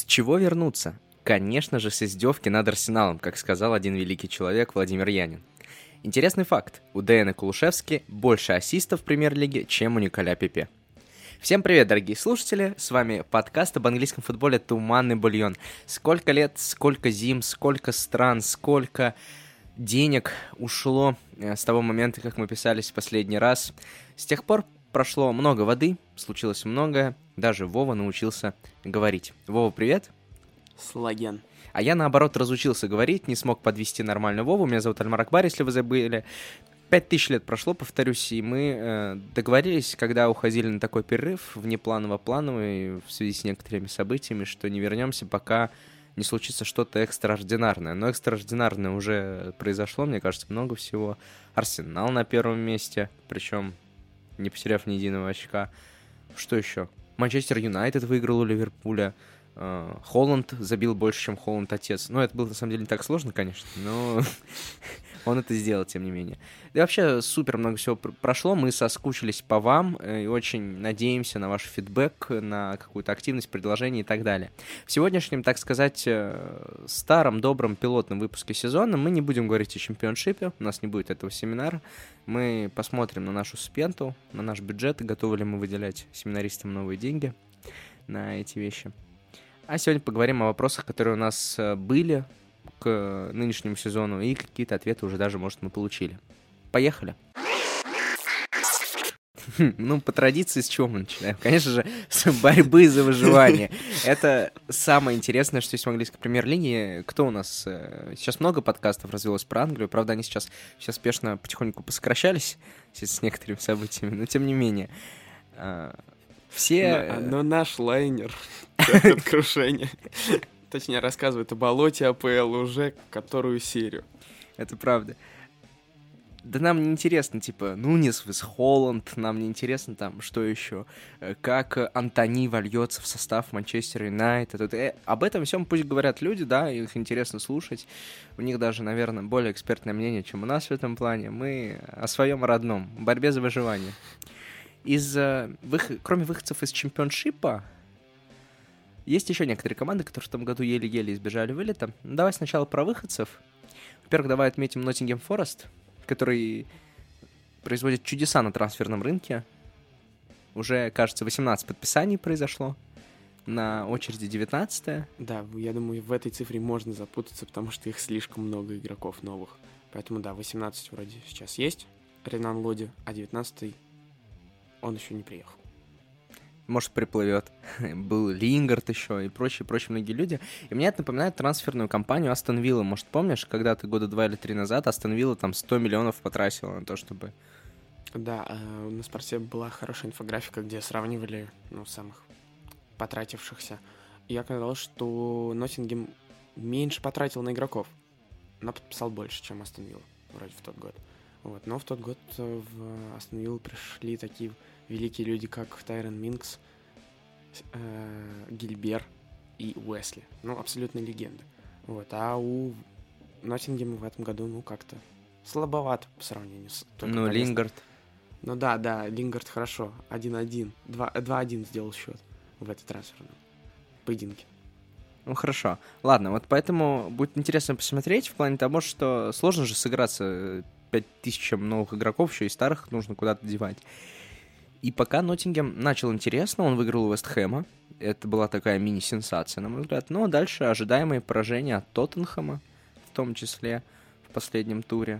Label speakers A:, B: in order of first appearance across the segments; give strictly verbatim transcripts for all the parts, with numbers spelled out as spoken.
A: С чего вернуться? Конечно же, с издевки над Арсеналом, как сказал один великий человек Владимир Янин. Интересный факт. У Дэяна Кулушевски больше ассистов в премьер-лиге, чем у Николя Пепе. Всем привет, дорогие слушатели, с вами подкаст об английском футболе «Туманный бульон». Сколько лет, сколько зим, сколько стран, сколько денег ушло с того момента, как мы писались в последний раз. С тех пор прошло много воды, случилось многое, даже Вова научился говорить. Вова, привет.
B: Слаген.
A: А я, наоборот, разучился говорить, не смог подвести нормально Вову. Меня зовут Альмар Акбар, если вы забыли. Пять тысяч лет прошло, повторюсь, и мы э, договорились, когда уходили на такой перерыв, внепланово-плановый, в связи с некоторыми событиями, что не вернемся, пока не случится что-то экстраординарное. Но экстраординарное уже произошло, мне кажется, много всего. Арсенал на первом месте, причем не потеряв ни единого очка. Что еще? Манчестер Юнайтед выиграл у Ливерпуля. Холланд забил больше, чем Холланд отец. Ну, это было, на самом деле, не так сложно, конечно, но он это сделал, тем не менее. И вообще, супер много всего прошло, мы соскучились по вам и очень надеемся на ваш фидбэк, на какую-то активность, предложения и так далее. В сегодняшнем, так сказать, старом, добром пилотном выпуске сезона мы не будем говорить о чемпионшипе, у нас не будет этого семинара. Мы посмотрим на нашу спенту, на наш бюджет, и готовы ли мы выделять семинаристам новые деньги на эти вещи. А сегодня поговорим о вопросах, которые у нас были к нынешнему сезону, и какие-то ответы уже даже, может, мы получили. Поехали! Ну, по традиции, с чего мы начинаем? Конечно же, с борьбы за выживание. Это самое интересное, что есть в английской премьер-лиге. Кто у нас? Сейчас много подкастов развелось про Англию. Правда, они сейчас, сейчас спешно потихоньку посокращались с некоторыми событиями, но тем не менее. Все...
B: Но, но наш лайнер терпит крушение. Точнее, рассказывает о болоте АПЛ уже которую серию.
A: Это правда. Да нам не интересно, типа, Нунес, Вес Холланд, нам не интересно там, что еще, как Антони вольется в состав Манчестер Юнайтед. Э, об этом всем пусть говорят люди, да, их интересно слушать. У них даже, наверное, более экспертное мнение, чем у нас в этом плане. Мы о своем родном, борьбе за выживание. Из, вых... Кроме выходцев из чемпионшипа, есть еще некоторые команды, которые в том году еле-еле избежали вылета. Давай сначала про выходцев. Во-первых, давай отметим Ноттингем Форест, который производит чудеса на трансферном рынке. Уже, кажется, восемнадцать подписаний произошло. На очереди девятнадцатое.
B: Да, я думаю, в этой цифре можно запутаться, потому что их слишком много игроков новых. Поэтому, да, восемнадцать вроде сейчас есть, Ренан Лоди, а девятнадцатый он еще не приехал.
A: Может, приплывет. Был Лингард еще и прочие-прочие многие люди. И мне это напоминает трансферную кампанию Астон Виллы. Может, помнишь, когда ты года два или три назад Астон Вилла там сто миллионов потратила на то, чтобы...
B: Да, э, на Спорте была хорошая инфографика, где сравнивали, ну, самых потратившихся. И оказалось, что Ноттингем меньше потратил на игроков, но подписал больше, чем Астон Вилла, вроде в тот год. Вот. Но в тот год в Астон Виллу пришли такие великие люди, как Тайрон Минкс, э, Гильбер и Уэсли. Ну, абсолютные легенды. Вот. А у Ноттингема в этом году, ну, как-то слабовато по сравнению с...
A: Ну, Лингард.
B: Ну да, да, Лингард хорошо. один-один. два-один сделал счет в этой трансферном поединке.
A: Ну, хорошо. Ладно, вот поэтому будет интересно посмотреть в плане того, что сложно же сыграться пять тысяч новых игроков, еще и старых нужно куда-то девать. И пока Ноттингем начал интересно, он выиграл у Вест Хэма. Это была такая мини-сенсация, на мой взгляд. Но дальше ожидаемые поражения от Тоттенхэма, в том числе в последнем туре.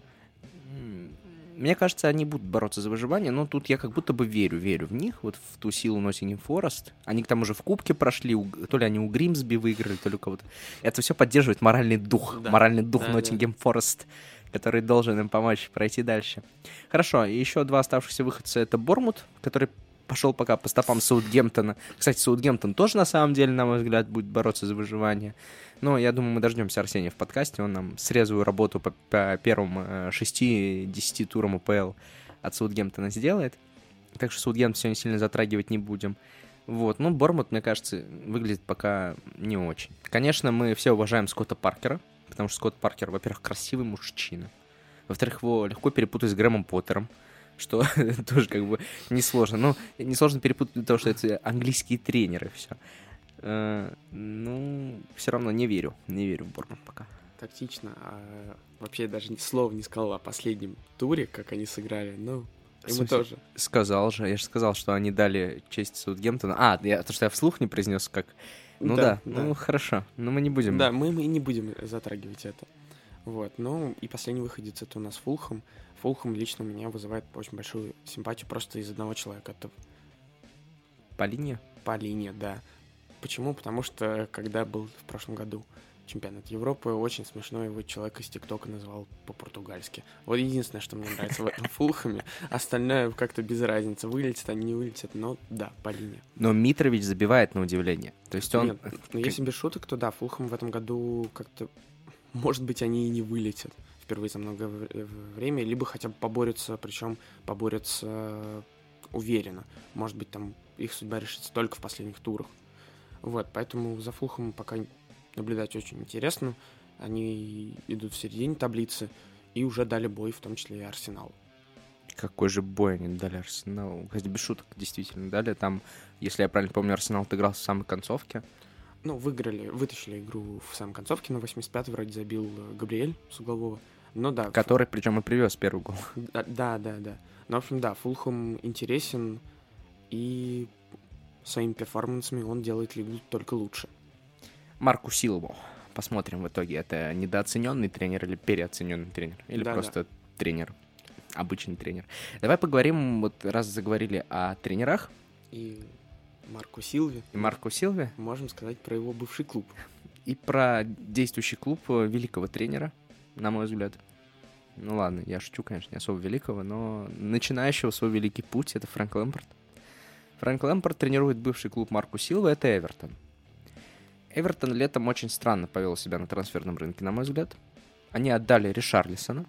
A: Мне кажется, они будут бороться за выживание, но тут я как будто бы верю, верю в них, вот в ту силу Ноттингем Форест. Они к тому же в кубке прошли, то ли они у Гримсби выиграли, то ли у кого-то. Это все поддерживает моральный дух, да, моральный дух да, Ноттингем Форест, который должен им помочь пройти дальше. Хорошо, и еще два оставшихся выходца — это Бормут, который пошел пока по стопам Саутгемптона. Кстати, Саутгемптон тоже, на самом деле, на мой взгляд, будет бороться за выживание. Но я думаю, мы дождемся Арсения в подкасте, он нам срезвую работу по, по первым шести-десяти турам УПЛ от Саутгемптона сделает. Так что Саутгемптон сегодня сильно затрагивать не будем. Вот, ну, Бормут, мне кажется, выглядит пока не очень. Конечно, мы все уважаем Скотта Паркера, потому что Скотт Паркер, во-первых, красивый мужчина. Во-вторых, его легко перепутать с Грэмом Поттером, что тоже как бы несложно. Ну, несложно перепутать для того, что это английские тренеры, все. Э, ну, все равно не верю. Не верю в Борнмут пока.
B: Тактично. А вообще даже ни слова не сказал о последнем туре, как они сыграли. Ну, и мы тоже.
A: Сказал же. Я же сказал, что они дали честь Саутгемптону. А, я, то, что я вслух не произнес, как... Ну да, да, да. Ну хорошо. Но мы не будем...
B: Да, мы, мы не будем затрагивать это. Вот. Ну, и последний выходец — это у нас Фулхэм. Фулхэм лично у меня вызывает очень большую симпатию просто из одного человека. Это...
A: По линии?
B: По линии, да. Почему? Потому что, когда был в прошлом году чемпионат Европы, очень смешно его человек из ТикТока назвал по-португальски. Вот единственное, что мне нравится в этом Фулхэме. Остальное как-то без разницы. Вылетят они, не вылетят, но да, по линии.
A: Но Митрович забивает на удивление. То есть он...
B: Нет, но если без шуток, то да, Фулхэм в этом году как-то... Может быть, они и не вылетят впервые за много времени, либо хотя бы поборются, причем поборются уверенно. Может быть, там их судьба решится только в последних турах. Вот, поэтому за Фулхэмом пока наблюдать очень интересно. Они идут в середине таблицы и уже дали бой, в том числе и Арсеналу.
A: Какой же бой они дали Арсеналу? Кстати, без шуток действительно дали. Там, если я правильно помню, Арсенал отыгрался в самой концовке.
B: Ну, выиграли, вытащили игру в самой концовке. На восемьдесят пятый вроде забил Габриэль с углового. Но да.
A: Который, причем, и привез первый гол.
B: Да, да, да, да. Ну, в общем, да, Фулхэм интересен, и своими перформансами он делает лигу только лучше.
A: Марку Силву. Посмотрим в итоге, это недооцененный тренер или переоцененный тренер? Или
B: да,
A: просто
B: да.
A: тренер, обычный тренер. Давай поговорим, вот раз заговорили о тренерах.
B: И Марку Силве.
A: И Марку Силве.
B: Можем сказать про его бывший клуб.
A: И про действующий клуб великого тренера, на мой взгляд. Ну ладно, я шучу, конечно, не особо великого, но начинающего свой великий путь — это Фрэнк Лэмпард. Фрэнк Лэмпард тренирует бывший клуб Марку Силвы, это Эвертон. Эвертон летом очень странно повел себя на трансферном рынке, на мой взгляд. Они отдали Ришарлисона,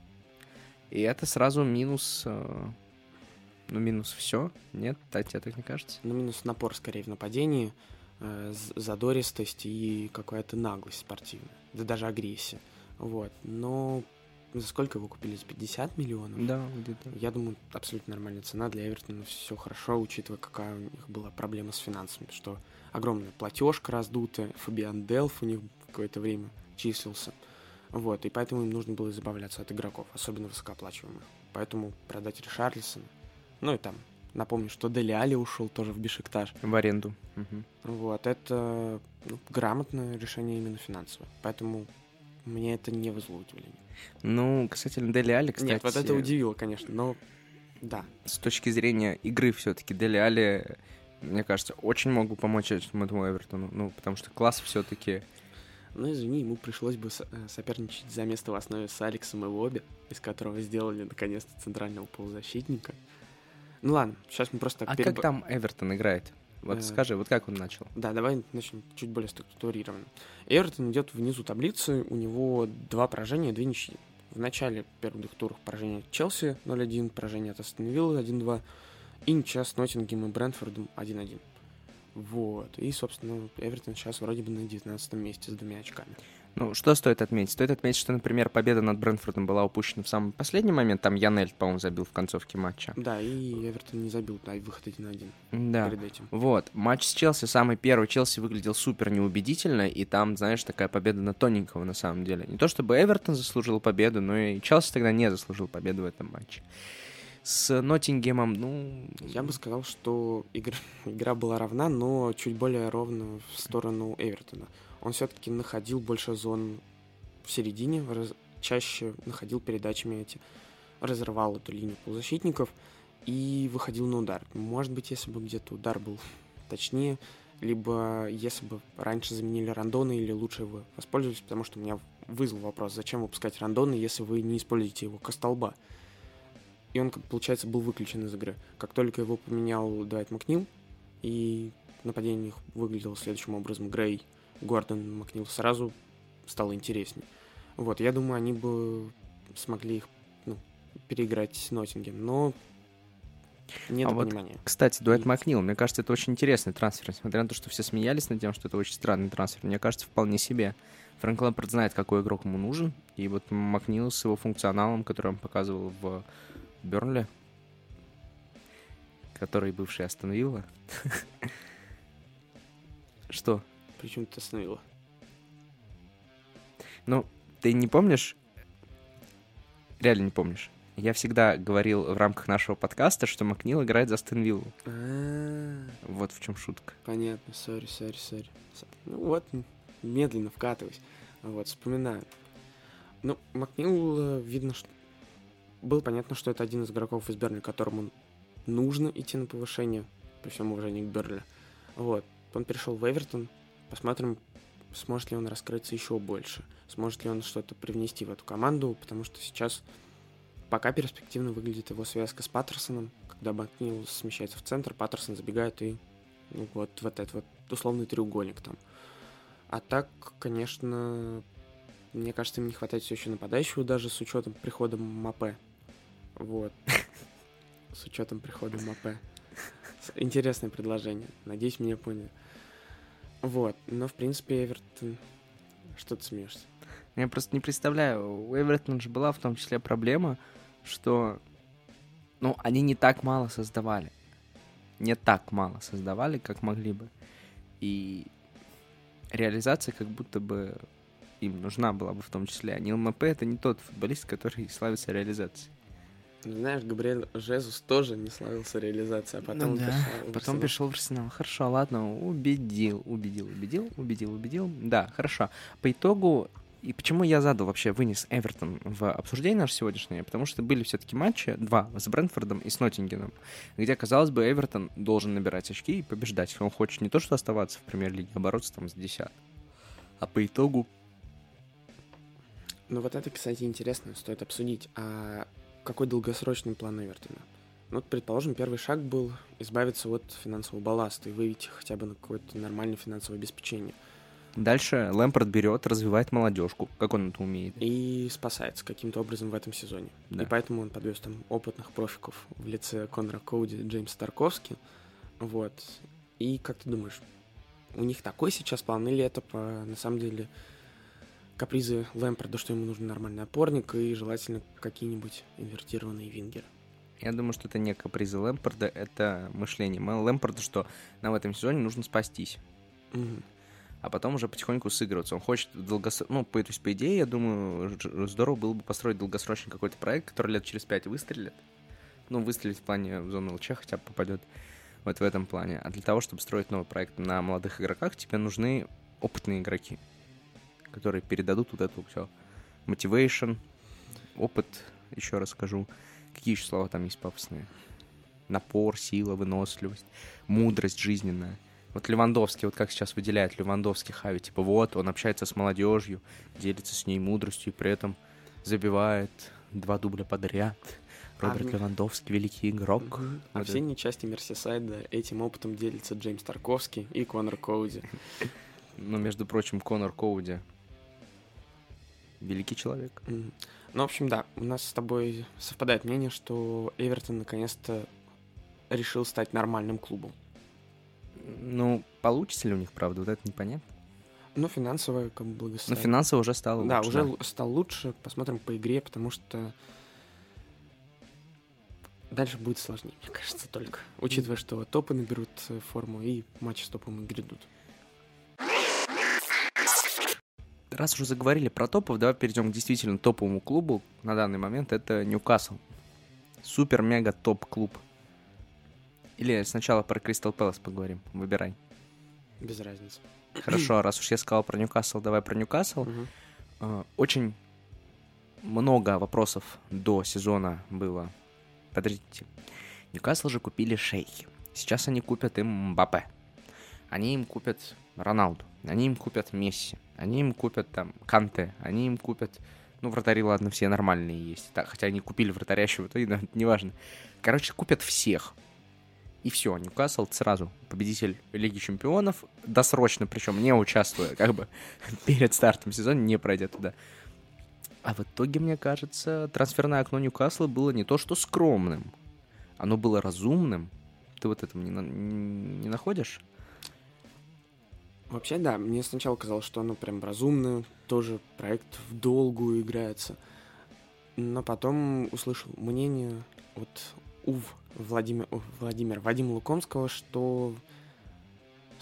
A: и это сразу минус... Э, ну, минус все. Нет, так, тебе так не кажется?
B: Ну, минус напор, скорее, в нападении, э, задористость и какая-то наглость спортивная, да даже агрессия. Вот, но... За сколько его купили? За пятьдесят миллионов?
A: Да, где-то.
B: Я думаю, абсолютно нормальная цена для Эвертона. Все хорошо, учитывая, какая у них была проблема с финансами. Что огромная платежка раздутая, Фабиан Делф у них какое-то время числился. Вот, и поэтому им нужно было избавляться от игроков, особенно высокооплачиваемых. Поэтому продать Ришарлисона. Ну и там, напомню, что Дели Али ушел тоже в Бешикташ.
A: В аренду. Угу.
B: Вот, это ну, грамотное решение именно финансовое. Поэтому... Мне это не вызвало удивления.
A: Ну, касательно Дели Али, кстати...
B: Нет, вот это удивило, конечно, но да.
A: С точки зрения игры все-таки Дели Али, мне кажется, очень мог бы помочь этому Эвертону. Ну, потому что класс все-таки...
B: Ну, извини, ему пришлось бы соперничать за место в основе с Алексом Иwobi, из которого сделали, наконец-то, центрального полузащитника. Ну ладно, сейчас мы просто...
A: А
B: переб...
A: как там Эвертон играет? Вот скажи, вот как он начал?
B: Да, давай начнем чуть более структурированно. Эвертон идет внизу таблицы, у него два поражения, две ничьи. В начале первых двух туров поражение от Челси ноль один, поражение от Астон Виллы один два, и ничья с Ноттингемом и Брентфордом один один. Вот, и, собственно, Эвертон сейчас вроде бы на девятнадцатом месте с двумя очками.
A: Ну, что стоит отметить? Стоит отметить, что, например, победа над Брентфордом была упущена в самый последний момент. Там Янель, по-моему, забил в концовке матча.
B: Да, и Эвертон не забил, да, и выход один один
A: да.
B: перед этим.
A: Вот, матч с Челси, самый первый. Челси выглядел супер неубедительно, и там, знаешь, такая победа на тоненького на самом деле. Не то чтобы Эвертон заслужил победу, но и Челси тогда не заслужил победу в этом матче. С Ноттингемом, ну...
B: Я бы сказал, что игра, игра была равна, но чуть более ровно в сторону Эвертона. Он все-таки находил больше зон в середине, раз, чаще находил передачами эти, разрывал эту линию полузащитников и выходил на удар. Может быть, если бы где-то удар был точнее, либо если бы раньше заменили Рандона, или лучше его воспользовались, потому что у меня вызвал вопрос, зачем выпускать Рандона, если вы не используете его как столба. И он, получается, был выключен из игры. Как только его поменял Дуайт Макнил, и нападение их выглядело следующим образом: Грей, Гордон, Макнил, сразу стало интереснее. Вот, я думаю, они бы смогли их ну, переиграть Ноттингем, но недопонимание.
A: А вот, кстати, Дуайт Макнил, мне кажется, это очень интересный трансфер. Несмотря на то, что все смеялись над тем, что это очень странный трансфер, мне кажется, вполне себе. Фрэнк Лэмпард знает, какой игрок ему нужен, и вот Макнил с его функционалом, который он показывал в Бернли, который бывший Астон Вилла. Что?
B: Почему ты остановила?
A: Ну, ты не помнишь? Реально не помнишь? Я всегда говорил в рамках нашего подкаста, что Макнил играет за Астон Виллу.
B: А-а-а.
A: Вот в чем шутка.
B: Понятно, сори, сори, сори. Ну вот, медленно вкатываюсь. Вот, вспоминаю. Ну, Макнил, видно, что... Было понятно, что это один из игроков из Бернли, которому нужно идти на повышение, при всем уважении к Бернли. Вот. Он перешел в Эвертон. Посмотрим, сможет ли он раскрыться еще больше. Сможет ли он что-то привнести в эту команду, потому что сейчас пока перспективно выглядит его связка с Паттерсоном. Когда Макнил смещается в центр, Паттерсон забегает и ну, вот в этот вот условный треугольник там. А так, конечно, мне кажется, им не хватает все еще нападающего, даже с учетом прихода Мапе. Вот. С учетом прихода Мапе. Интересное предложение. Надеюсь, меня поняли. Вот. Но, в принципе, Эвертон... Что ты смеешься?
A: Я просто не представляю. У Эвертона же была в том числе проблема, что... Ну, они не так мало создавали. Не так мало создавали, как могли бы. И реализация как будто бы им нужна была бы в том числе. А Нил Мапе — это не тот футболист, который славится реализацией.
B: Знаешь, Габриэль Жезус тоже не славился реализацией, а потом
A: ну, да.
B: пришел в
A: Потом пришел в Арсенал. Хорошо, ладно, убедил, убедил, убедил, убедил, убедил. Да, хорошо. По итогу, и почему я задал вообще, вынес Эвертон в обсуждение наше сегодняшнее? Потому что были все-таки матчи, два, с Брентфордом и с Ноттингемом, где, казалось бы, Эвертон должен набирать очки и побеждать. Он хочет не то, что оставаться в премьер-лиге, а бороться там с десятым. А по итогу...
B: Ну вот это, кстати, интересно, стоит обсудить. А какой долгосрочный план Эвертона? Ну, вот, предположим, первый шаг был избавиться от финансового балласта и выйти хотя бы на какое-то нормальное финансовое обеспечение.
A: Дальше Лэмпард берет, развивает молодежку, как он это умеет.
B: И спасается каким-то образом в этом сезоне.
A: Да.
B: И поэтому он подвез там опытных профиков в лице Конора Коуди и Джеймса Тарковски. Вот. И как ты думаешь, у них такой сейчас план, или это по, на самом деле, капризы Лэмпарда, что ему нужен нормальный опорник и желательно какие-нибудь инвертированные вингеры?
A: Я думаю, что это не капризы Лэмпарда, это мышление Лэмпарда, что нам в этом сезоне нужно спастись.
B: Угу.
A: А потом уже потихоньку сыгрываться. Он хочет долгосрочно... Ну, по, то есть, по идее, я думаю, здорово было бы построить долгосрочный какой-то проект, который лет через пять выстрелит. Ну, выстрелит в плане в зону ЛЧ хотя бы попадет вот в этом плане. А для того, чтобы строить новый проект на молодых игроках, тебе нужны опытные игроки, которые передадут вот эту все. Motivation, опыт, еще раз скажу. Какие еще слова там есть пафосные? Напор, сила, выносливость, мудрость жизненная. Вот Левандовский, вот как сейчас выделяет Левандовский Хави, типа вот, он общается с молодежью, делится с ней мудростью, и при этом забивает два дубля подряд. Роберт а, Левандовский, великий игрок.
B: Угу. А вот в синей части Мерсисайда этим опытом делится Джеймс Тарковский и Конор Коуди.
A: Ну, между прочим, Конор Коуди великий человек.
B: Mm. Ну, в общем, да, у нас с тобой совпадает мнение, что Эвертон наконец-то решил стать нормальным клубом.
A: Ну, получится ли у них, правда, вот это непонятно.
B: Ну, финансово как бы благосостояние.
A: Ну, финансово уже стало
B: да,
A: лучше.
B: Уже
A: да,
B: уже стал лучше. Посмотрим по игре, потому что дальше будет сложнее, мне кажется, только. Учитывая, что топы наберут форму и матчи с топом грядут.
A: Раз уже заговорили про топов, давай перейдем к действительно топовому клубу. На данный момент это Ньюкасл. Супер-мега-топ-клуб. Или сначала про Кристал Пэлас поговорим. Выбирай.
B: Без разницы.
A: Хорошо, раз уж я сказал про Ньюкасл, давай про Ньюкасл.
B: Угу.
A: Очень много вопросов до сезона было. Подождите. Ньюкасл же купили шейхи. Сейчас они купят им Мбаппе. Они им купят Роналду. Они им купят Месси. Они им купят там Канте. Они им купят... Ну, вратари, ладно, все нормальные есть. Так, хотя они купили вратаря еще в итоге, неважно. Короче, купят всех. И все, Ньюкасл сразу победитель Лиги Чемпионов, досрочно, причем не участвуя, как бы перед стартом сезона, не пройдя туда. А в итоге, мне кажется, трансферное окно Ньюкасла было не то что скромным, оно было разумным. Ты вот это не, не находишь?
B: Вообще, да, мне сначала казалось, что оно прям разумное, тоже проект в долгую играется. Но потом услышал мнение от УВ Владимир, Владимир Вадима Лукомского, что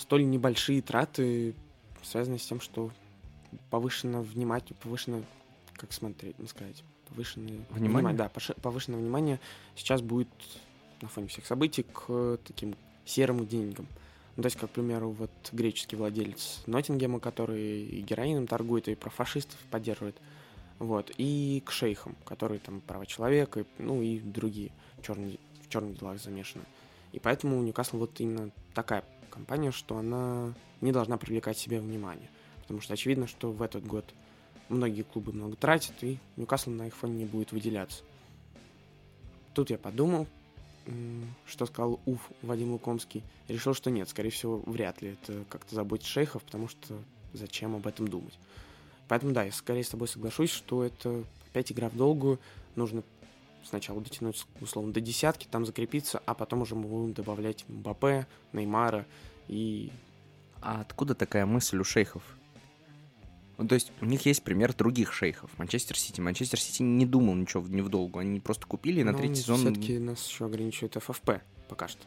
B: столь небольшие траты связаны с тем, что повышено внимание, повышено, как смотреть, ну, сказать, повышенное
A: внимание,
B: внимание, да, повышенное внимание сейчас будет на фоне всех событий к таким серым деньгам. Ну, то есть, как, к примеру, вот греческий владелец Ноттингема, который и героином торгует, и про фашистов поддерживает, вот, и к шейхам, которые там права человека, и, ну, и другие черные, в черных делах замешаны. И поэтому у Ньюкасла вот именно такая компания, что она не должна привлекать себе внимание. Потому что очевидно, что в этот год многие клубы много тратят, и Ньюкасл на их фоне не будет выделяться. Тут я подумал, что сказал Уф Вадим Лукомский, и решил, что нет, скорее всего, вряд ли это как-то заботит шейхов, потому что зачем об этом думать. Поэтому да, я скорее с тобой соглашусь, что это опять игра в долгую, нужно сначала дотянуть, условно, до десятки, там закрепиться, а потом уже мы будем добавлять Мбаппе, Неймара и...
A: А откуда такая мысль у шейхов? Ну, то есть у них есть пример других шейхов. Манчестер Сити. Манчестер Сити не думал ничего не в долгу. Они просто купили и на третий сезон...
B: все-таки нас еще ограничивает эф эф пэ пока что.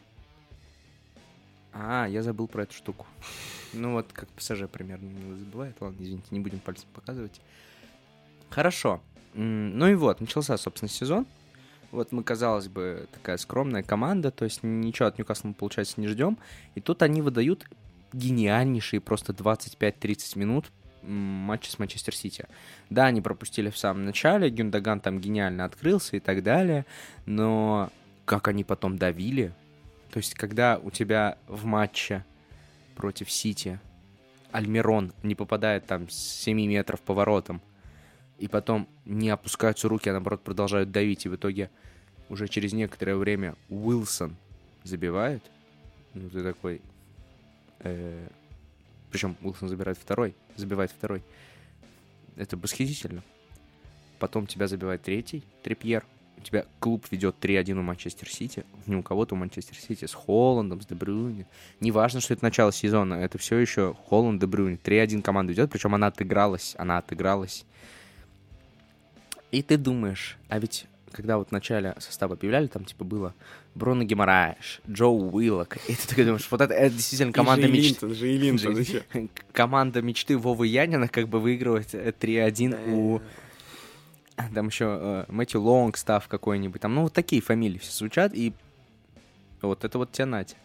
A: А, я забыл про эту штуку. Ну вот, как ПСЖ примерно не забывает. Ладно, извините, не будем пальцем показывать. Хорошо. Ну и вот, начался, собственно, сезон. Вот мы, казалось бы, такая скромная команда, то есть ничего от Ньюкасла мы, получается, не ждем. И тут они выдают гениальнейшие просто двадцать пять тридцать минут матча с Манчестер Сити. Да, они пропустили в самом начале, Гюндоган там гениально открылся и так далее, но как они потом давили. То есть когда у тебя в матче против Сити Альмирон не попадает там с семи метров по воротам, и потом не опускаются руки, а наоборот продолжают давить, и в итоге уже через некоторое время Уилсон забивает, ну ты такой... Э- Причем Уилсон забирает второй, забивает второй. Это восхитительно. Потом тебя забивает третий, Трипьер. У тебя клуб ведет три один у Манчестер Сити. Не у кого-то у Манчестер Сити с Холландом, с Де Брюйне. Неважно, что это начало сезона, это все еще Холланд, Де Брюйне. три один команда ведет, причем она отыгралась, она отыгралась. И ты думаешь, а ведь когда вот в начале состава объявляли, там типа было Бруно Гимараеш, Джо Уиллок, и ты такой думаешь, вот это, это действительно команда мечты. Команда мечты Вовы Янина как бы выигрывает три один у... Там еще э, Мэтью Лонгстафф какой-нибудь. Там, ну, вот такие фамилии все звучат, и вот это вот тебя Натя.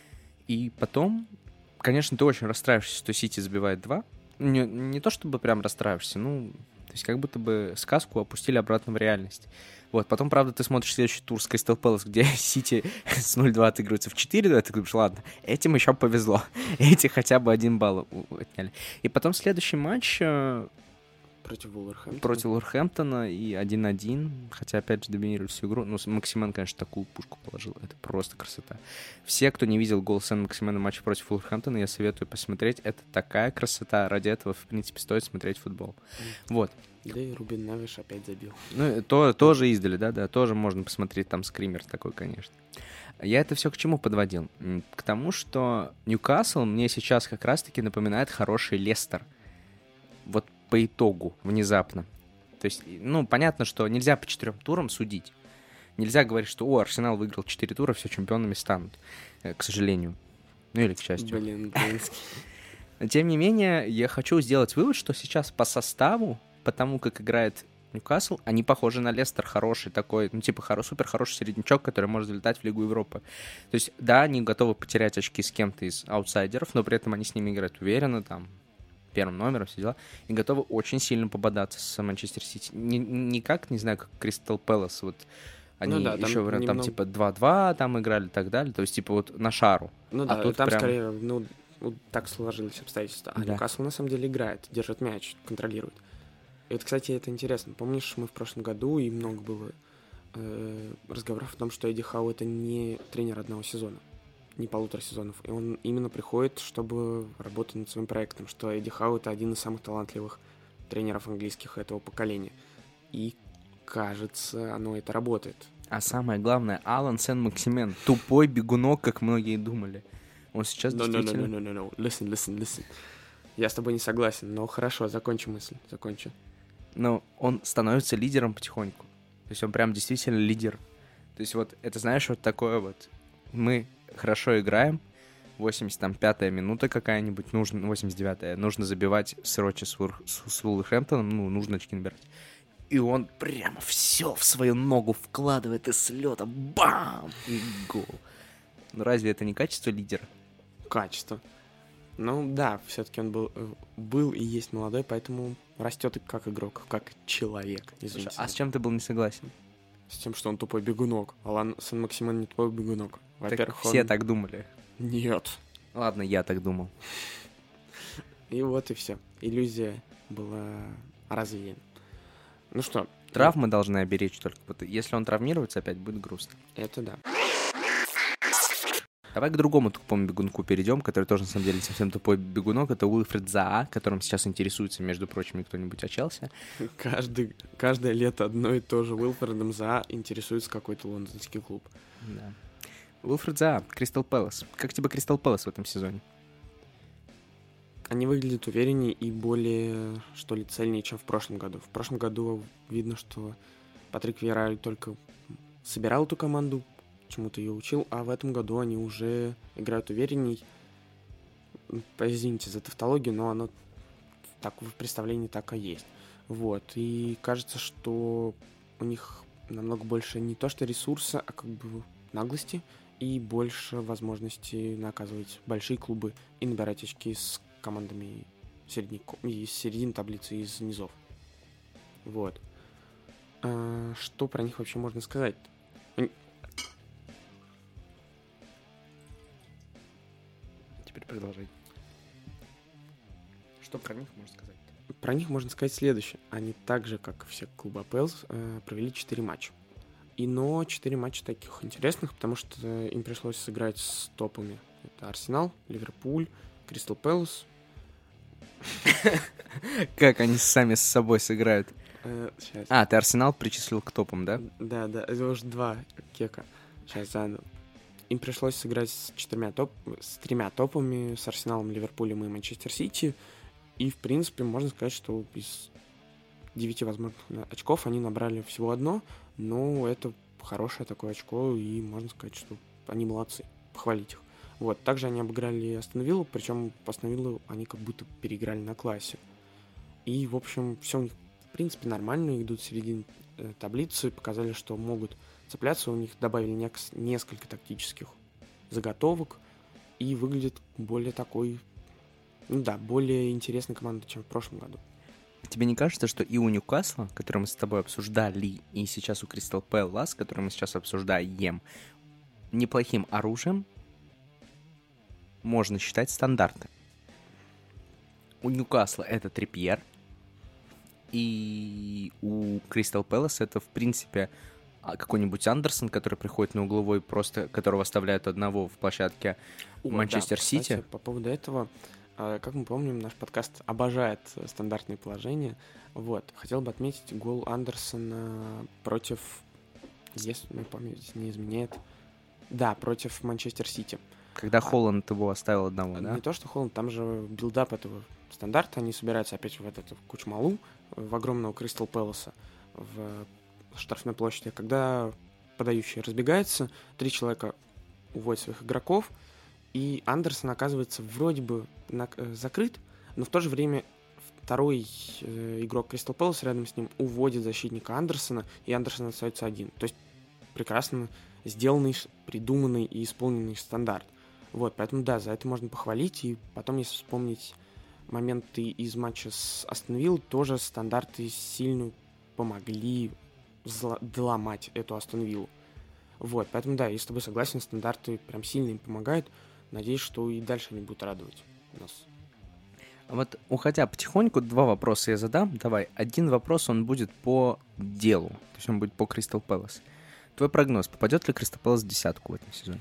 A: И потом, конечно, ты очень расстраиваешься, что Сити забивает два. Не, не то чтобы прям расстраиваешься, ну, то есть как будто бы сказку опустили обратно в реальность. Вот, потом, правда, ты смотришь следующий тур с Кристал Пэлас, где Сити с ноль два отыгрывается в четыре два, ты говоришь, ладно, этим еще повезло. Эти хотя бы один балл отняли. И потом следующий матч...
B: Против Вулверхэмптона.
A: Против Вулверхэмптона и один один, хотя, опять же, доминирует всю игру. Ну, Максимен, конечно, такую пушку положил. Это просто красота. Все, кто не видел гол Сен-Максимена в матче против Вулверхэмптона, я советую посмотреть. Это такая красота. Ради этого, в принципе, стоит смотреть футбол. Mm. Вот.
B: Да и Рубин Невиш опять забил.
A: Ну, то, тоже издали, да-да, тоже можно посмотреть. Там скример такой, конечно. Я это все к чему подводил? К тому, что Ньюкасл мне сейчас как раз-таки напоминает хороший Лестер. Вот по итогу, внезапно. То есть, ну, понятно, что нельзя по четырем турам судить. Нельзя говорить, что, о, Арсенал выиграл четыре тура, все, чемпионами станут. К сожалению. Ну, или к счастью.
B: Блин,
A: блин. Тем не менее, я хочу сделать вывод, что сейчас по составу, по тому, как играет Ньюкасл, они похожи на Лестер, хороший такой, ну, типа, хоро- супер хороший середнячок, который может залетать в Лигу Европы. То есть, да, они готовы потерять очки с кем-то из аутсайдеров, но при этом они с ними играют уверенно, там, первым номером, все дела, и готовы очень сильно пободаться с Манчестер Сити. Не, не как, не знаю, как Кристал Пэлас, вот они ну да, еще, там, там немного... типа два-два там играли и так далее, то есть, типа, вот на шару.
B: Ну
A: а
B: да,
A: тут
B: там
A: прям...
B: скорее, ну, вот так сложились обстоятельства. А да. Ньюкасл на самом деле играет, держит мяч, контролирует. И вот, кстати, это интересно. Помнишь, мы в прошлом году, и много было э, разговоров о том, что Эдди Хау — это не тренер одного сезона, не полутора сезонов. И он именно приходит, чтобы работать над своим проектом, что Эдди Хау — это один из самых талантливых тренеров английских этого поколения. И, кажется, оно это работает.
A: А самое главное, Алан Сен-Максимен, тупой бегунок, как многие думали. Он сейчас
B: no,
A: действительно...
B: No, no, no, no, no. Listen, listen, listen. Я с тобой не согласен, но хорошо, закончи мысль, закончи.
A: Но он становится лидером потихоньку. То есть он прям действительно лидер. То есть вот это, знаешь, вот такое вот... Мы хорошо играем, восемьдесят пятая минута какая-нибудь, нужно, восемьдесят девятая, нужно забивать срочно с, Вур, с, с Вулверхэмптоном, ну, нужно очки набирать. И он прямо все в свою ногу вкладывает и с лета, бам, и гол. Ну, разве это не качество лидера?
B: Качество. Ну, да, все-таки он был, был и есть молодой, поэтому растет и как игрок, как человек, извините.
A: А с чем ты был не согласен?
B: С тем, что он тупой бегунок. Алан Сан-Максиман не тупой бегунок. Во-первых,
A: так все
B: он...
A: так думали.
B: Нет.
A: Ладно, я так думал.
B: И вот и все. Иллюзия была развеяна. Ну что?
A: Травмы должны оберечь только. Если он травмируется, опять будет грустно.
B: Это да.
A: Давай к другому тупому бегунку перейдем, который тоже, на самом деле, совсем тупой бегунок. Это Уилфред Заа, которым сейчас интересуется, между прочим, кто-нибудь о Челси.
B: Каждый, каждое лето одно и то же. Уилфредом Заа интересуется какой-то лондонский клуб.
A: Да. Уилфред Заа, Кристал Пэлас. Как тебе Кристал Пэлас в этом сезоне?
B: Они выглядят увереннее и более, что ли, цельнее, чем в прошлом году. В прошлом году видно, что Патрик Виейра только собирал эту команду, чему-то ее учил, а в этом году они уже играют уверенней. Извините за тавтологию, но оно так в представлении так и есть. Вот. И кажется, что у них намного больше не то что ресурса, а как бы наглости и больше возможностей наказывать большие клубы и набирать очки с командами середняко, из середины таблицы, из низов. Вот. А, что про них вообще можно сказать?
A: Теперь продолжай. Что про них можно сказать?
B: Про них можно сказать следующее. Они так же, как и все клубы АПЛ, провели четыре матча. И но четыре матча таких интересных, потому что им пришлось сыграть с топами. Это Арсенал, Ливерпуль, Кристал Пэлас.
A: Как они сами с собой сыграют?
B: Сейчас.
A: А, ты Арсенал причислил к топам, да?
B: Да, да, это уже два кека. Сейчас заново. Им пришлось сыграть с четырьмя топ, с тремя топами, с Арсеналом, Ливерпулем и Манчестер Сити. И, в принципе, можно сказать, что из девяти возможных очков они набрали всего одно, но это хорошее такое очко, и можно сказать, что они молодцы, похвалить их. Вот, также они обыграли Астон Виллу, причем по Астон Виллу они как будто переиграли на классе. И, в общем, все у них, в принципе, нормально, идут в середине э, таблицы, показали, что могут цепляться, у них добавили нек- несколько тактических заготовок, и выглядит более такой, ну да, более интересной командой, чем в прошлом году.
A: Тебе не кажется, что и у Ньюкасла, который мы с тобой обсуждали, и сейчас у Кристал Пэлас, который мы сейчас обсуждаем, неплохим оружием можно считать стандарты? У Ньюкасла это Трипьер, и у Кристал Пэлас это, в принципе, какой-нибудь Андерсон, который приходит на угловой, просто которого оставляют одного в площадке О, Манчестер
B: да,
A: Сити.
B: кстати, по поводу этого, как мы помним, наш подкаст обожает стандартные положения. Вот. Хотел бы отметить гол Андерсона против, если моя память не изменяет, да, против Манчестер Сити.
A: Когда Холланд его оставил одного, да?
B: Не то, что Холланд, там же билдап этого стандарта, они собираются опять в этот кучмалу, в огромного Кристал Пэласа, в штрафной площади. Когда подающий разбегается, три человека уводят своих игроков, и Андерсон оказывается вроде бы на, э, закрыт, но в то же время второй э, игрок Кристал Пэлас рядом с ним уводит защитника Андерсона, и Андерсон остается один. То есть прекрасно сделанный, придуманный и исполненный стандарт. Вот, поэтому да, за это можно похвалить. И потом, если вспомнить моменты из матча с Астон Виллой, тоже стандарты сильно помогли взло- доломать эту Астон Виллу. Вот, поэтому да, я с тобой согласен, стандарты прям сильно им помогают. Надеюсь, что и дальше они будут радовать нас.
A: Вот, уходя потихоньку, два вопроса я задам. Давай, один вопрос, он будет по делу. То есть он будет по Кристал Пэлас. Твой прогноз, попадет ли Кристал Пэлас в десятку в этом сезоне?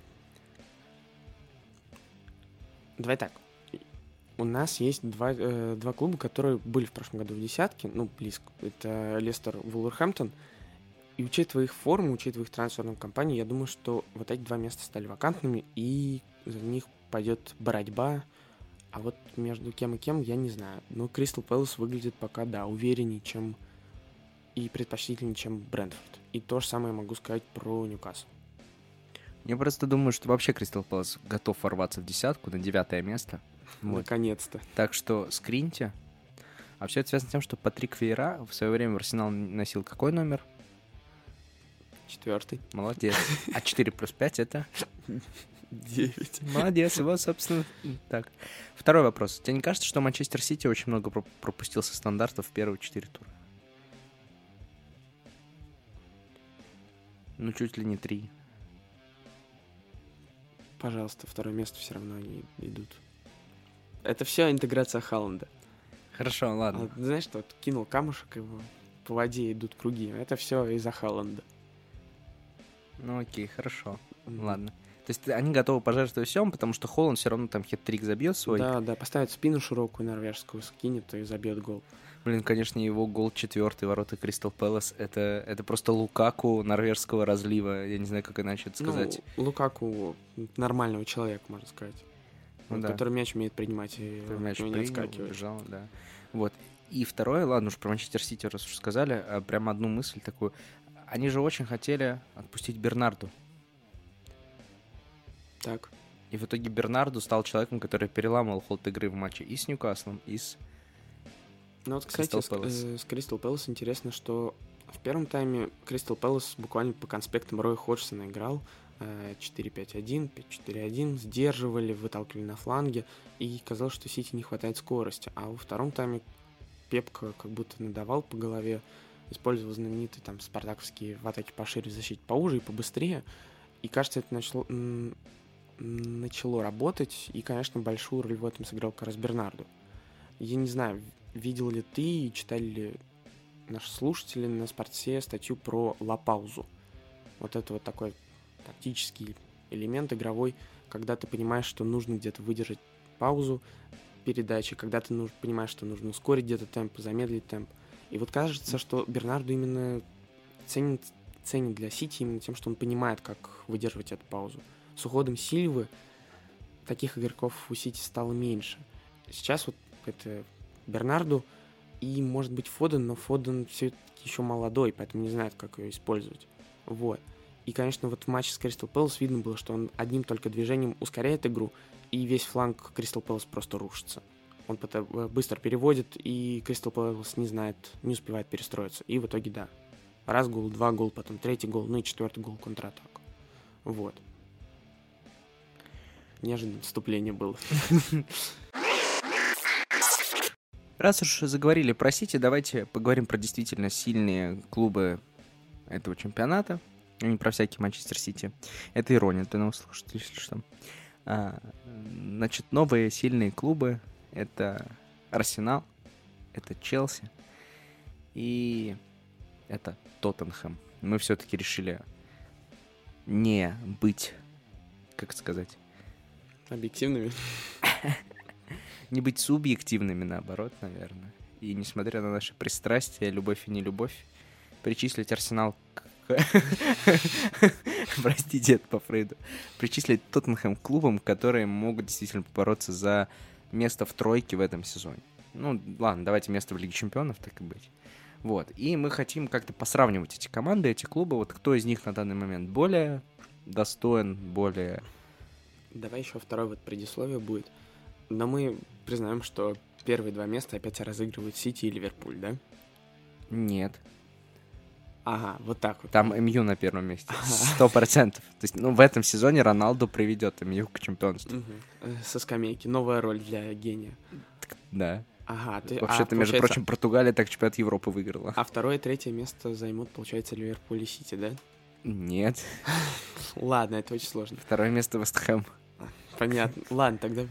B: Давай так. У нас есть два, э, два клуба, которые были в прошлом году в десятке, ну, близко. Это Лестер, Вулверхэмптон. И учитывая их форму, учитывая их трансферную кампанию, я думаю, что вот эти два места стали вакантными, и за них пойдет борьба. А вот между кем и кем, я не знаю. Но Кристал Пэлас выглядит пока, да, увереннее, чем и предпочтительнее, чем Брентфорд. И то же самое могу сказать про Ньюкасл.
A: Я просто думаю, что вообще Кристал Пэлас готов ворваться в десятку на девятое место. Вот.
B: Наконец-то.
A: Так что скриньте. А все это связано с тем, что Патрик Вейра в свое время в Арсенал носил какой номер?
B: Четвертый.
A: Молодец. А четыре плюс пять это?
B: Девять.
A: Молодец, его, собственно, так. Второй вопрос. Тебе не кажется, что Манчестер Сити очень много пропустил со стандартов в первые четыре тура? Ну, чуть ли не три.
B: Пожалуйста, второе место все равно они идут. Это все интеграция Халланда.
A: Хорошо, ладно.
B: А, знаешь, что вот кинул камушек, его по воде идут круги. Это все из-за Халланда.
A: Ну окей, хорошо.
B: Mm-hmm.
A: Ладно. То есть они готовы пожертвовать всем, потому что Холланд все равно там хет-трик забьет свой.
B: Да, да, поставит спину широкую норвежскую, скинет и забьет гол.
A: Блин, конечно, его гол четвертый ворота Кристал Пэлас, это, это просто Лукаку норвежского разлива. Я не знаю, как иначе это сказать.
B: Ну, Лукаку нормального человека, можно сказать.
A: Ну,
B: вот,
A: да.
B: Который мяч умеет принимать и
A: мяч
B: не отскакивает.
A: Убежал, да. Вот. И второе, ладно уж про Манчестер Сити, раз уж сказали, а прям одну мысль такую. Они же очень хотели отпустить Бернарду.
B: Так.
A: И в итоге Бернарду стал человеком, который переламывал ход игры в матче и с Ньюкаслом, и с
B: Ну вот, кстати, с Кристал Пэлас интересно, что в первом тайме Кристал Пэлас буквально по конспектам Роя Ходжсона играл. четыре пять один, пять четыре один, сдерживали, выталкивали на фланге, и казалось, что Сити не хватает скорости. А во втором тайме Пепка как будто надавал по голове, использовал знаменитые там спартаковские в атаке пошире, в защите поуже и побыстрее. И кажется, это начало, м- начало работать, и, конечно, большую роль в этом сыграл как раз Бернарду. Я не знаю, видел ли ты и читали ли наши слушатели на Спорте статью про ла-паузу. Вот это вот такой тактический элемент игровой, когда ты понимаешь, что нужно где-то выдержать паузу передачи, когда ты нуж- понимаешь, что нужно ускорить где-то темп, замедлить темп. И вот кажется, что Бернарду именно ценит, ценит для Сити именно тем, что он понимает, как выдерживать эту паузу. С уходом Сильвы таких игроков у Сити стало меньше. Сейчас вот это Бернарду и, может быть, Фоден, но Фоден все-таки еще молодой, поэтому не знает, как ее использовать. Вот. И, конечно, вот в матче с Кристал Пэлас видно было, что он одним только движением ускоряет игру, и весь фланг Кристал Пэлас просто рушится. Он быстро переводит, и Кристал Пэлас не знает, не успевает перестроиться. И в итоге, да, раз гол, два гол, потом третий гол, ну и четвертый гол контратаку. Вот. Неожиданное вступление было.
A: Раз уж заговорили про Сити, давайте поговорим про действительно сильные клубы этого чемпионата, а не про всякий Манчестер Сити. Это ирония, ты нас слушаешь, если что. А, значит, новые сильные клубы — это Арсенал, это Челси и это Тоттенхэм. Мы все-таки решили не быть, как сказать...
B: Объективными?
A: Не быть субъективными, наоборот, наверное. И несмотря на наши пристрастия, любовь и нелюбовь, причислить Арсенал к... Простите, это по Фрейду. Причислить Тоттенхэм к клубам, которые могут действительно побороться за место в тройке в этом сезоне. Ну, ладно, давайте место в Лиге Чемпионов, так и быть. Вот. И мы хотим как-то посравнивать эти команды, эти клубы. Вот кто из них на данный момент более достоин, более...
B: Давай еще второе вот предисловие будет. Но мы признаем, что первые два места опять разыгрывают Сити и Ливерпуль, да?
A: Нет.
B: Ага, вот так вот.
A: Там МЮ на первом месте. Сто процентов. То есть, ну, в этом сезоне Роналду приведет МЮ к чемпионству.
B: Угу. Со скамейки. Новая роль для гения.
A: Да.
B: Ага. Ты,
A: Вообще-то,
B: а,
A: между
B: получается...
A: прочим, Португалия так чемпионат Европы выиграла.
B: А второе и третье место займут, получается, Ливерпуль и Сити, да?
A: Нет.
B: Ладно, это очень сложно.
A: Второе место Вест Хэм.
B: Понятно. Ладно, тогда...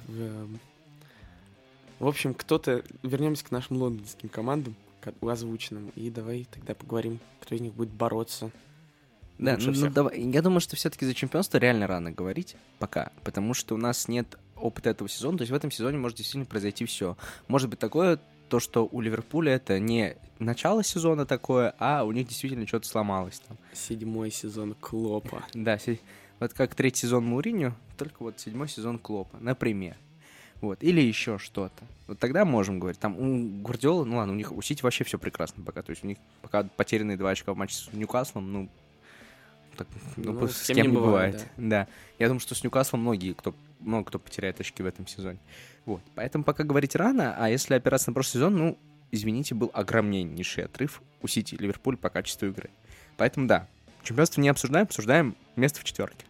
B: В общем, кто-то... Вернемся к нашим лондонским командам, озвученным, и давай тогда поговорим, кто из них будет бороться.
A: Да, ну, ну давай. Я думаю, что все-таки за чемпионство реально рано говорить пока, потому что у нас нет опыта этого сезона, то есть в этом сезоне может действительно произойти все. Может быть такое, то, что у Ливерпуля это не начало сезона такое, а у них действительно что-то сломалось там.
B: Седьмой сезон Клопа.
A: Да, вот как третий сезон Мourinho, только вот седьмой сезон Клопа, например. Вот. Или еще что-то. Вот тогда можем говорить. Там у Гвардиолы, ну ладно, у них у Сити вообще все прекрасно пока. То есть у них пока потерянные два очка в матче с Ньюкаслом, ну, так, ну,
B: Ну,
A: с
B: с
A: кем,
B: кем не
A: не
B: бывает,
A: бывает. Да. Я думаю, что с Ньюкаслом многие, кто, много кто потеряет очки в этом сезоне. Вот. Поэтому пока говорить рано, а если опираться на прошлый сезон, ну, извините, был огромнейший отрыв у Сити и Ливерпуля по качеству игры. Поэтому да, чемпионство не обсуждаем, обсуждаем место в четверке.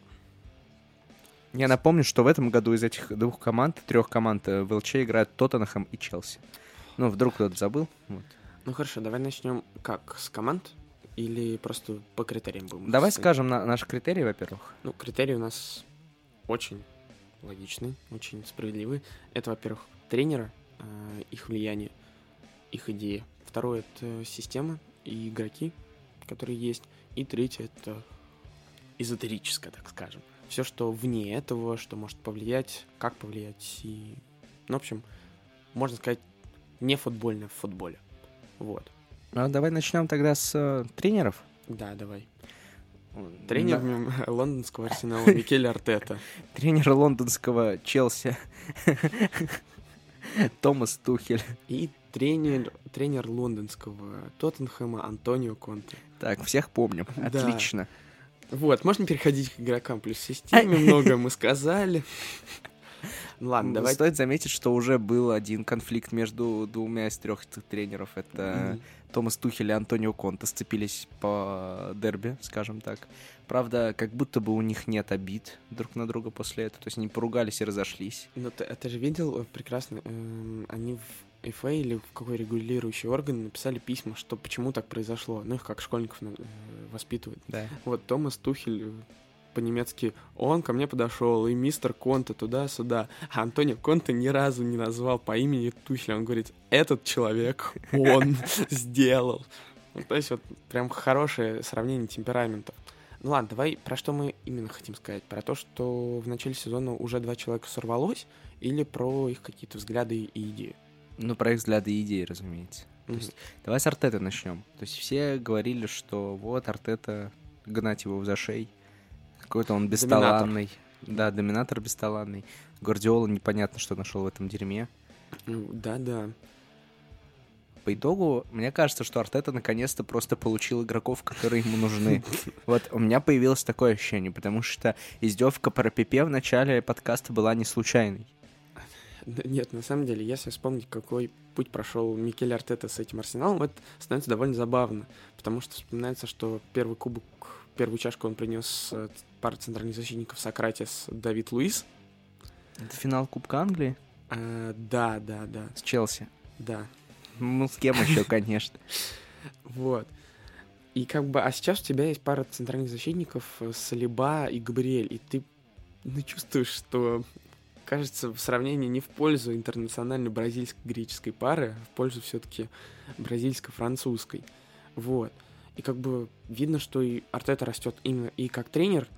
A: Я напомню, что в этом году из этих двух команд, трех команд в ЛЧ играют Тоттенхэм и Челси. Ну, вдруг кто-то забыл. Вот.
B: Ну хорошо, давай начнем как, с команд или просто по критериям будем?
A: Давай
B: ставить?
A: скажем на, наши критерии, во-первых.
B: Ну, критерии у нас очень логичный, очень справедливый. Это, во-первых, тренера, э, их влияние, их идеи. Второе — это система и игроки, которые есть. И третье — это эзотерическое, так скажем. Все, что вне этого, что может повлиять, как повлиять. И, ну, в общем, можно сказать, не футбольное в футболе. Вот.
A: Ну, давай начнем тогда с э, тренеров.
B: Да, давай. Тренер
A: На-
B: лондонского Арсенала Микель Артета.
A: Тренер лондонского Челси Томас Тухель.
B: И тренер, тренер лондонского Тоттенхэма Антонио Конте.
A: Так, всех помним.
B: Да.
A: Отлично.
B: Вот, можно переходить к игрокам плюс системе, многое мы сказали. Ладно, давай.
A: Стоит заметить, что уже был один конфликт между двумя из трех этих тренеров. Это
B: Мгм.
A: Томас Тухель и Антонио Конте сцепились по дерби, скажем так. Правда, как будто бы у них нет обид друг на друга после этого. То есть они поругались и разошлись.
B: Ну, ты, а ты же видел э, прекрасно, эм, они в эф эй или в какой регулирующий орган написали письма, что почему так произошло. Ну, их как школьников э, воспитывают.
A: Да.
B: Вот Томас Тухель э, по-немецки, он ко мне подошел, и мистер Конте туда-сюда. А Антонио Конте ни разу не назвал по имени Тухеля. Он говорит, этот человек, он сделал. Ну, то есть вот прям хорошее сравнение темпераментов. Ну ладно, давай, про что мы именно хотим сказать? Про то, что в начале сезона уже два человека сорвалось, или про их какие-то взгляды и идеи?
A: Ну, про их взгляды и идеи, разумеется. То
B: Мгм.
A: есть, давай с Артеты начнем. То есть все говорили, что вот Артета, гнать его в зашей. Какой-то он бесталанный. Да, доминатор бесталанный. Гвардиола непонятно, что нашел в этом дерьме.
B: Ну, да-да.
A: По итогу, мне кажется, что Артета наконец-то просто получил игроков, которые ему нужны. Вот у меня появилось такое ощущение, потому что издевка про Пепе в начале подкаста была не случайной.
B: Да нет, на самом деле, если вспомнить, какой путь прошел Микель Артета с этим Арсеналом, это становится довольно забавно, потому что вспоминается, что первый кубок, первую чашку он принес пару центральных защитников Сократис, Давид Луис.
A: Это финал Кубка Англии
B: А, да, да, да,
A: с Челси.
B: да.
A: Ну, с кем еще, конечно.
B: Вот. И как бы, а сейчас у тебя есть пара центральных защитников, Салиба и Габриэль, и ты ну, чувствуешь, что, кажется, сравнение не в пользу интернациональной бразильско-греческой пары, а в пользу все-таки бразильско-французской. Вот. И как бы видно, что и Артета растет именно и как тренер,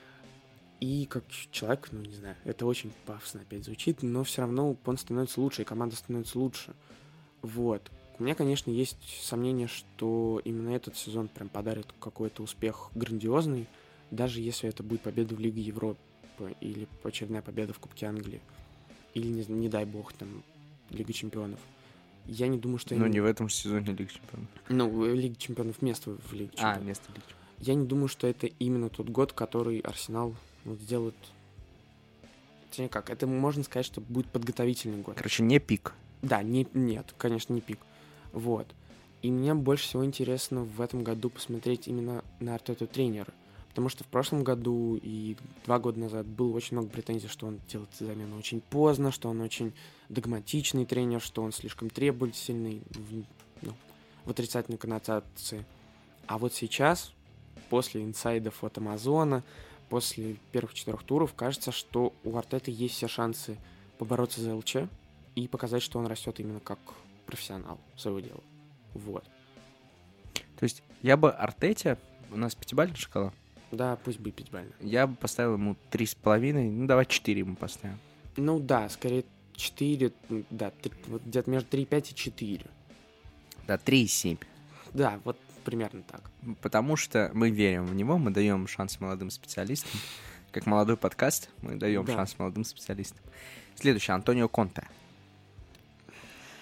B: и как человек, ну, не знаю, это очень пафосно опять звучит, но все равно он становится лучше, и команда становится лучше. Вот. У меня, конечно, есть сомнение, что именно этот сезон прям подарит какой-то успех грандиозный, даже если это будет победа в Лиге Европы или очередная победа в Кубке Англии, или, не, не дай бог, там, Лига Чемпионов. Я не думаю, что...
A: Ну,
B: им-
A: не в этом сезоне Лига Чемпионов.
B: Ну, Лига Чемпионов место в Лиге
A: А,
B: Чемпионов.
A: место Лиги Чемпионов.
B: Я не думаю, что это именно тот год, который Арсенал вот, сделает... Точнее как, это можно сказать, что будет подготовительный год.
A: Короче, не пик.
B: Да, не, нет, конечно, не пик. Вот. И мне больше всего интересно в этом году посмотреть именно на Артету тренера. Потому что в прошлом году и два года назад было очень много претензий, что он делает замену очень поздно, что он очень догматичный тренер, что он слишком требовательный в, ну, в отрицательной коннотации. А вот сейчас, после инсайдов от Амазона, после первых четырех туров, кажется, что у Артеты есть все шансы побороться за ЛЧ и показать, что он растет именно как профессионал своего дела. Вот.
A: То есть я бы Артете, у нас пятибалльная шкала,
B: Да, пусть будет пятибалльно.
A: я бы поставил ему три с половиной, ну давай четыре ему поставим.
B: Ну да, скорее четыре, да, три- вот где-то между три и пять и четыре.
A: Да, три и семь.
B: Да, вот примерно так.
A: Потому что мы верим в него, мы даем шанс молодым специалистам. Как молодой подкаст, мы даем
B: Да.
A: шанс молодым специалистам. Следующий, Антонио Конте.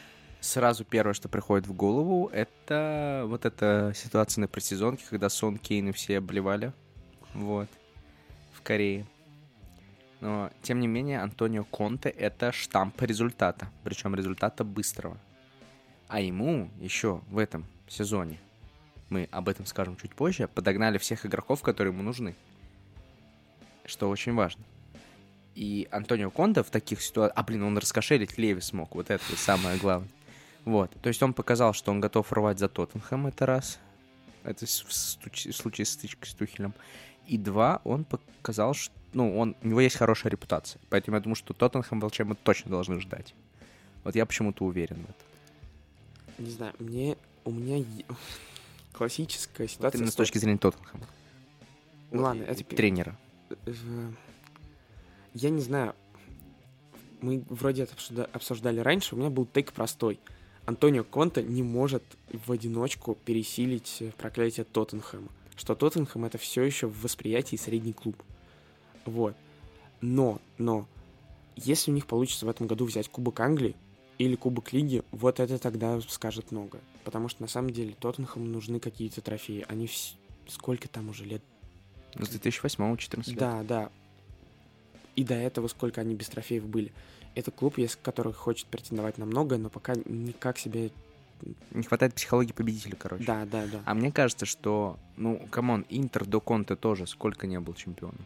A: Сразу первое, что приходит в голову, это вот эта ситуация на предсезонке, когда Сон, Кейн и все обливали. Вот. В Корее. Но, тем не менее, Антонио Конте — это штамп результата. Причем результата быстрого. А ему еще в этом сезоне, мы об этом скажем чуть позже, подогнали всех игроков, которые ему нужны. Что очень важно. И Антонио Конте в таких ситуациях... А, блин, он раскошелить Леви смог. Вот это самое главное. Вот. То есть он показал, что он готов рвать за Тоттенхэм, это раз. Это в случае стычки с Тухелем. И два, он показал, что... Ну, он... у него есть хорошая репутация. Поэтому я думаю, что Тоттенхэм в ЛЧ мы точно должны ждать. Вот я почему-то уверен в этом.
B: Не знаю, мне... У меня е- классическая
A: Вот
B: ситуация...
A: именно
B: с
A: с точки зрения Тоттенхэма.
B: Ну ладно, это...
A: Тренера.
B: Э, Я не знаю. Мы вроде это обсужда- обсуждали раньше. У меня был тейк простой. Антонио Конте не может в одиночку пересилить проклятие Тоттенхэма. Что Тоттенхэм — это все еще в восприятии средний клуб. Вот. Но, но, если у них получится в этом году взять Кубок Англии или Кубок Лиги, вот это тогда скажет много. Потому что на самом деле Тоттенхэму нужны какие-то трофеи. Они вс... сколько там уже лет?
A: С две тысячи восьмого четырнадцать лет.
B: Да, да. И до этого сколько они без трофеев были. Это клуб, если который хочет претендовать на многое, но пока никак себе...
A: Не хватает психологии победителя, короче.
B: Да, да, да.
A: А мне кажется, что, ну, камон, Интер до Конте тоже сколько не был чемпионом.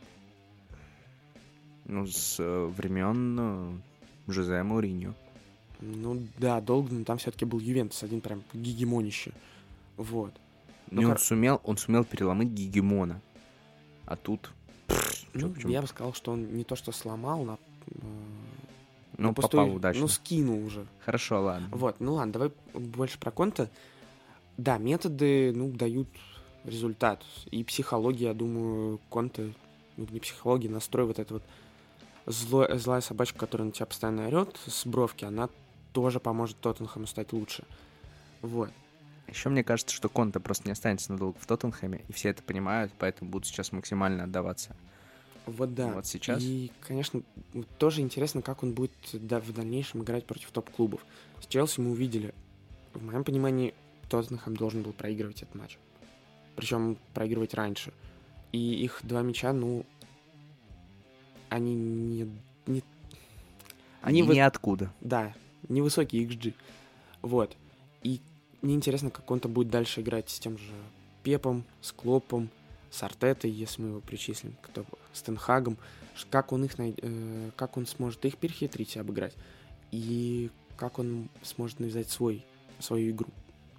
A: Ну, с э, времен э, Жозе Мауриньо.
B: Ну да, долго, но там все-таки был Ювентус, один прям гегемонище. Вот.
A: Ну,
B: Ну,
A: он
B: хор-
A: сумел, он сумел переломить гегемона. А тут...
B: Ну,
A: почему?
B: я бы сказал, что он не то что сломал, на, э,
A: Ну,
B: на
A: попал
B: пустую-
A: удачно.
B: Ну, скинул уже.
A: Хорошо, ладно.
B: Вот, ну ладно, давай больше про Конте. Да, методы, ну, дают результат. И психология, я думаю, Конте, ну, не психология, настрой вот это вот зло, злая собачка, которая на тебя постоянно орет с бровки, она тоже поможет Тоттенхэму стать лучше. Вот.
A: Еще мне кажется, что Конте просто не останется надолго в Тоттенхэме, и все это понимают, поэтому будут сейчас максимально отдаваться.
B: Вот да.
A: Вот сейчас.
B: И, конечно, вот тоже интересно, как он будет да, в дальнейшем играть против топ-клубов. С Челси мы увидели. В моем понимании, Тоттенхэм должен был проигрывать этот матч. Причем проигрывать раньше. И их два мяча, ну, они не... не
A: Они
B: вы-
A: ниоткуда.
B: Да, невысокий икс джи. Вот. И мне интересно, как он-то будет дальше играть с тем же Пепом, с Клопом, с Артетой, если мы его причислим, кто, с Тенхагом. Ш- Как он, их, най- э, как он сможет их перехитрить и обыграть. И как он сможет навязать свой, свою игру.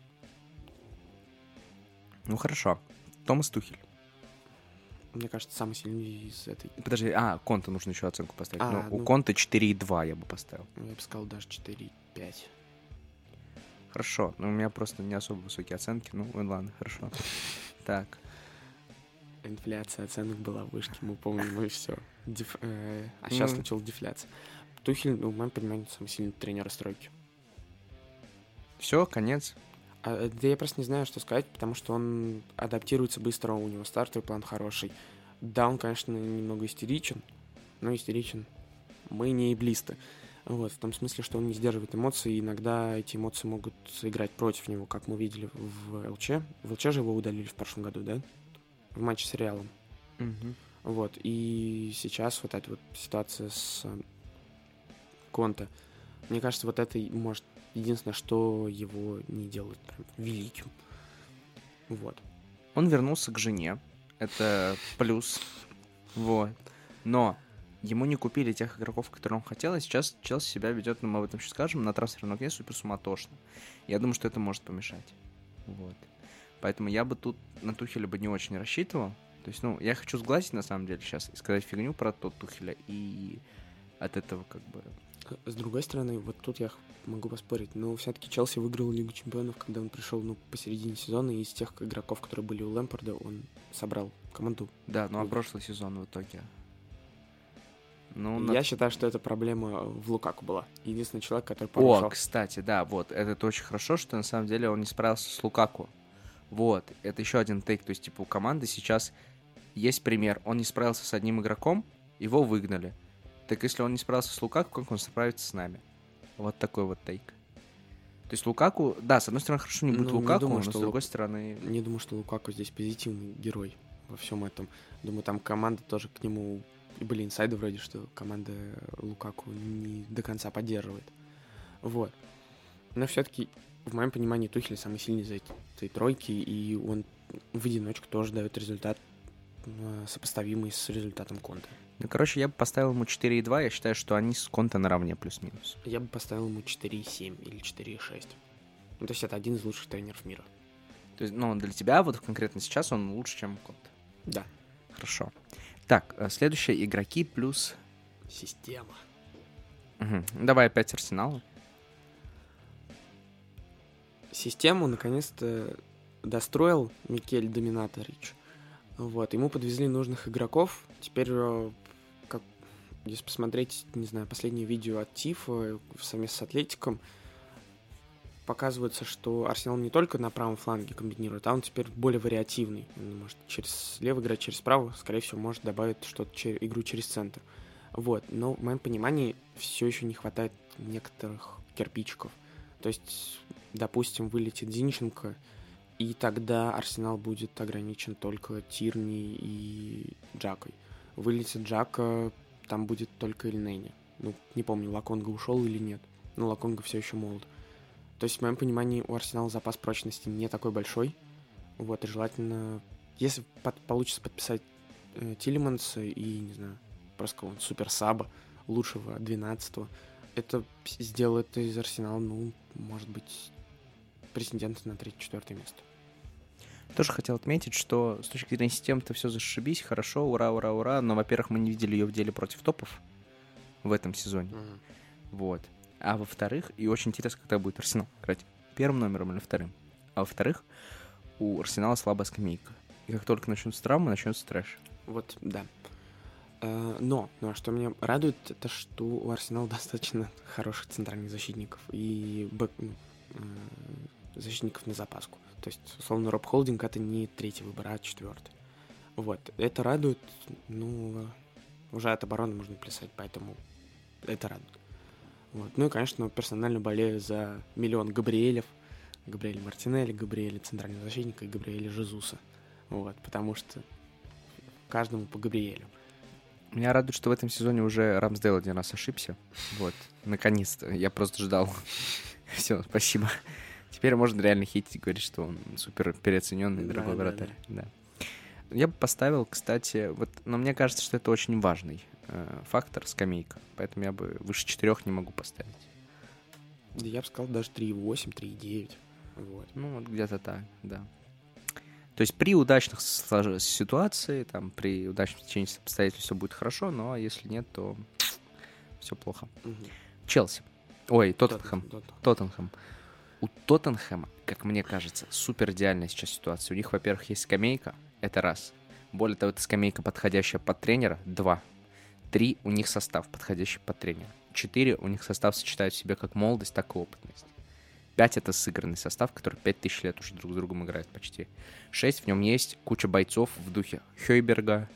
A: Ну, хорошо. Томас Тухель.
B: Мне кажется, самый сильный из этой...
A: Подожди, а, Конте нужно еще оценку поставить.
B: А,
A: ну, у
B: ну.
A: Конте четыре и два я бы поставил.
B: Я бы сказал, даже четыре пять.
A: Хорошо, но у меня просто не особо высокие оценки. Ну, ладно, хорошо. Так.
B: Инфляция оценок была в вышке, мы помним, и все. А сейчас
A: Ну.
B: началась дефляция. Тухель, ну, в моем понимании, самый сильный тренер стройки.
A: Все, конец.
B: А, да я просто не знаю, что сказать, потому что он адаптируется быстро, у него стартовый план хороший. Да, он, конечно, немного истеричен, но истеричен. Мы не иблисты. Вот, в том смысле, что он не сдерживает эмоции, и иногда эти эмоции могут играть против него, как мы видели в ЛЧ. В ЛЧ же его удалили в прошлом году, да? В матче с Реалом.
A: Мгм.
B: Вот, и сейчас вот эта вот ситуация с э, Конте. Мне кажется, вот это и может единственное, что его не делает прям великим. Вот.
A: Он вернулся к жене. Это плюс. Вот. Но ему не купили тех игроков, которые он хотел, и сейчас Челси себя ведет, ну, мы об этом сейчас скажем, на трансферном окне супер суматошно. Я думаю, что это может помешать. Вот. Поэтому я бы тут на Тухеля бы не очень рассчитывал. То есть, ну, я хочу сглазить, на самом деле, сейчас, и сказать фигню про тот Тухеля, и от этого как бы...
B: С другой стороны, вот тут я х- могу поспорить, но все-таки Челси выиграл Лигу Чемпионов, когда он пришел, ну, посередине сезона, и из тех игроков, которые были у Лэмпарда, он собрал команду.
A: Да, ну а
B: Лигу.
A: прошлый сезон в итоге... Ну,
B: Я
A: на-
B: считаю, что эта проблема в Лукаку была. Единственный человек, который
A: О,
B: помешал.
A: кстати, да, вот, это очень хорошо, что на самом деле он не справился с Лукаку. Вот, это еще один тейк, то есть, типа, у команды сейчас есть пример, он не справился с одним игроком, его выгнали. Так если он не справился с Лукаку, как он справится с нами? Вот такой вот тейк. То есть Лукаку, да, с одной стороны, хорошо не будет
B: Ну, не
A: Лукаку,
B: думаю,
A: но
B: что
A: с другой
B: Лу-
A: стороны...
B: Не думаю, что Лукаку здесь позитивный герой во всем этом. Думаю, там команда тоже к нему... И были инсайды вроде, что команда Лукаку не до конца поддерживает. Вот. Но все-таки, в моем понимании, Тухель самый сильный из этой тройки, и он в одиночку тоже дает результат, э, сопоставимый с результатом Конте.
A: Ну, короче, я бы поставил ему четыре и два, я считаю, что они с Конте наравне плюс-минус.
B: Я бы поставил ему четыре и семь или четыре и шесть. Ну, то есть это один из лучших тренеров мира.
A: То есть, ну, для тебя вот конкретно сейчас он лучше, чем Конте.
B: Да.
A: Хорошо. Так, э, следующие игроки плюс...
B: Система.
A: Угу. Давай опять Арсенал.
B: Систему наконец-то достроил Микель Доминаторич. Вот, ему подвезли нужных игроков. Теперь, э, как если посмотреть, не знаю, последнее видео от Тифа совместно с Атлетиком, показывается, что Арсенал не только на правом фланге комбинирует, а он теперь более вариативный. Он может через лево играть, через право, скорее всего, может добавить что-то, чер- игру через центр. Вот, но в моем понимании все еще не хватает некоторых кирпичиков. То есть, допустим, вылетит Зинченко, и тогда Арсенал будет ограничен только Тирни и Джакой. Вылетит Джака, там будет только Эльнени. Ну, не помню, Лаконга ушел или нет. Но Лаконга все еще молод. То есть, в моем понимании, у Арсенала запас прочности не такой большой. Вот, и желательно, если под, получится подписать э, Тилеманса и, не знаю, просто какого-нибудь суперсаба, лучшего двенадцатого, это сделает из Арсенала, ну, может быть, претендент на третье-четвертое место.
A: Тоже хотел отметить, что с точки зрения системы-то все зашибись, хорошо, ура, ура, ура, но, во-первых, мы не видели ее в деле против топов в этом сезоне. Mm-hmm. Вот. А во-вторых, и очень интересно, когда будет Арсенал играть, первым номером или вторым. А во-вторых, у Арсенала слабая скамейка. И как только начнутся травмы, начнется трэш.
B: Вот, да. Но, но что меня радует, это что у Арсенала достаточно хороших центральных защитников и бэк, защитников на запаску. То есть, условно, Роб Холдинг — это не третий выбор, а четвертый. Вот. Это радует, ну, уже от обороны можно плясать, поэтому это радует. Вот. Ну и, конечно, персонально болею за миллион Габриэлев, Габриэля Мартинелли, Габриэля центрального защитника и Габриэля Жезуса. Вот. Потому что каждому по Габриэлю.
A: Меня радует, что в этом сезоне уже Рамсдейл один раз ошибся. Вот. Наконец-то. Я просто ждал. Все, спасибо. Теперь можно реально хейтить и говорить, что он супер переоцененный да, дорогой да, вратарь. Да. Да. Я бы поставил, кстати, вот, но мне кажется, что это очень важный э, фактор, скамейка. Поэтому я бы выше четырех не могу поставить.
B: Да я бы сказал даже три и восемь, три и девять. Вот.
A: Ну, вот где-то так, да. То есть при удачных ситуациях, там, при удачном течении обстоятельств все будет хорошо, но если нет, то все плохо. Угу. Челси. Ой, Тоттенхэм. Тоттенхэм. Тоттенхэм. У Тоттенхэма, как мне кажется, супер идеальная сейчас ситуация. У них, во-первых, есть скамейка, это раз. Более того, это скамейка, подходящая под тренера, два. Три, у них состав, подходящий под тренера. Четыре, у них состав сочетает в себе как молодость, так и опытность. Пять — это сыгранный состав, который пять тысяч лет уже друг с другом играет почти. Шесть, в нем есть куча бойцов в духе Хёйберга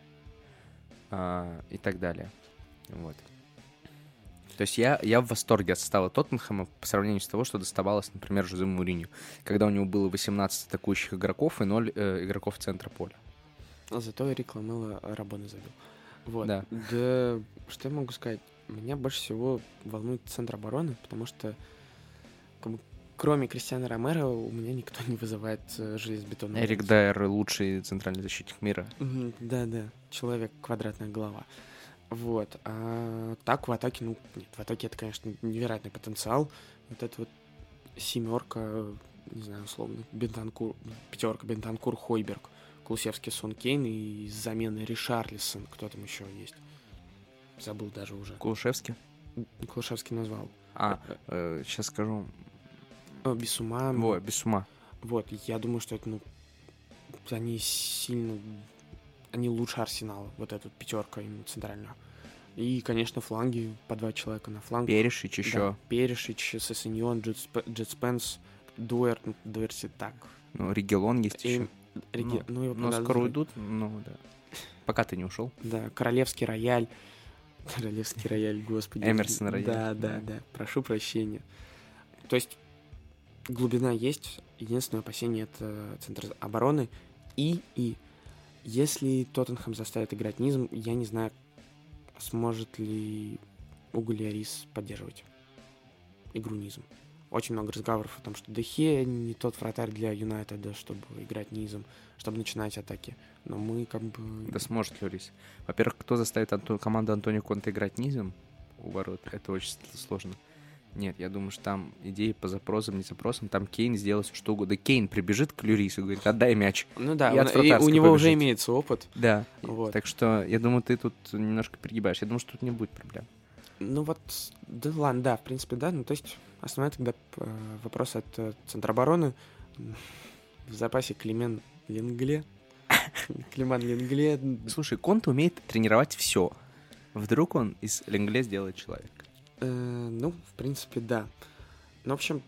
A: а, и так далее. Вот. То есть я, я в восторге от состава Тоттенхэма по сравнению с того, что доставалось, например, Жозе Мourinho, когда у него было восемнадцать атакующих игроков и ноль э, игроков центра поля.
B: Зато Эрик Ламела Рабона забил. Вот.
A: Да.
B: Да, что я могу сказать? Меня больше всего волнует центр обороны, потому что кроме Кристиано Ромеро у меня никто не вызывает железобетонного.
A: Эрик Дайер — лучший центральный защитник мира.
B: Да-да, человек квадратная голова. Вот. А так в атаке, ну, нет, в атаке это, конечно, невероятный потенциал. Вот эта вот семерка, не знаю, условно, Бентанкур, пятерка Бентанкур, Хойберг, Кулусевский, Сон Кейн и с замены Ришарлисон. Кто там еще есть? Забыл даже уже.
A: Кулушевский?
B: Кулушевский назвал.
A: А, э, сейчас скажу.
B: Бисума.
A: Во, Бисума.
B: Вот, я думаю, что это, ну, они сильно... Они лучше Арсенала, вот эта пятерка именно центральная. И, конечно, фланги, по два человека на фланг.
A: Перешич еще.
B: Да, Перешич, Сессиньон, Джет Спенс, Дуэр, Дуэрси так.
A: Ну, Ригелон есть
B: и,
A: еще.
B: Реги...
A: Ну,
B: ну, его
A: но скоро уйдут, ну, да. Пока ты не ушел.
B: Да, Королевский рояль. Королевский рояль, господи.
A: Эмерсон рояль.
B: Да, да, да, прошу прощения. То есть глубина есть. Единственное опасение — это центр обороны. И, и если Тоттенхэм заставит играть низом, я не знаю, сможет ли Уго Льорис поддерживать игру низом. Очень много разговоров о том, что Де Хея не тот вратарь для Юнайтеда, чтобы играть низом, чтобы начинать атаки. Но мы как бы...
A: Да сможет Льорис. Во-первых, кто заставит Анто... команду Антонио Конте играть низом у ворот? Это очень сложно. Нет, я думаю, что там идеи по запросам, не запросам. Там Кейн сделает все, что угодно. Да Кейн прибежит к Льорису и говорит: отдай мяч.
B: Ну да,
A: и
B: он, и у него побежит. Уже имеется опыт.
A: Да,
B: вот.
A: Так что я думаю, ты тут немножко перегибаешь. Я думаю, что тут не будет проблем.
B: Ну вот, да ладно, да, в принципе, да. Ну то есть основной тогда вопрос от центра обороны. В запасе Клемен Ленгле. Клеман Ленгле.
A: Слушай, Конте умеет тренировать все. Вдруг он из Ленгле сделает человека.
B: Э, ну, в принципе, да. Ну, в общем,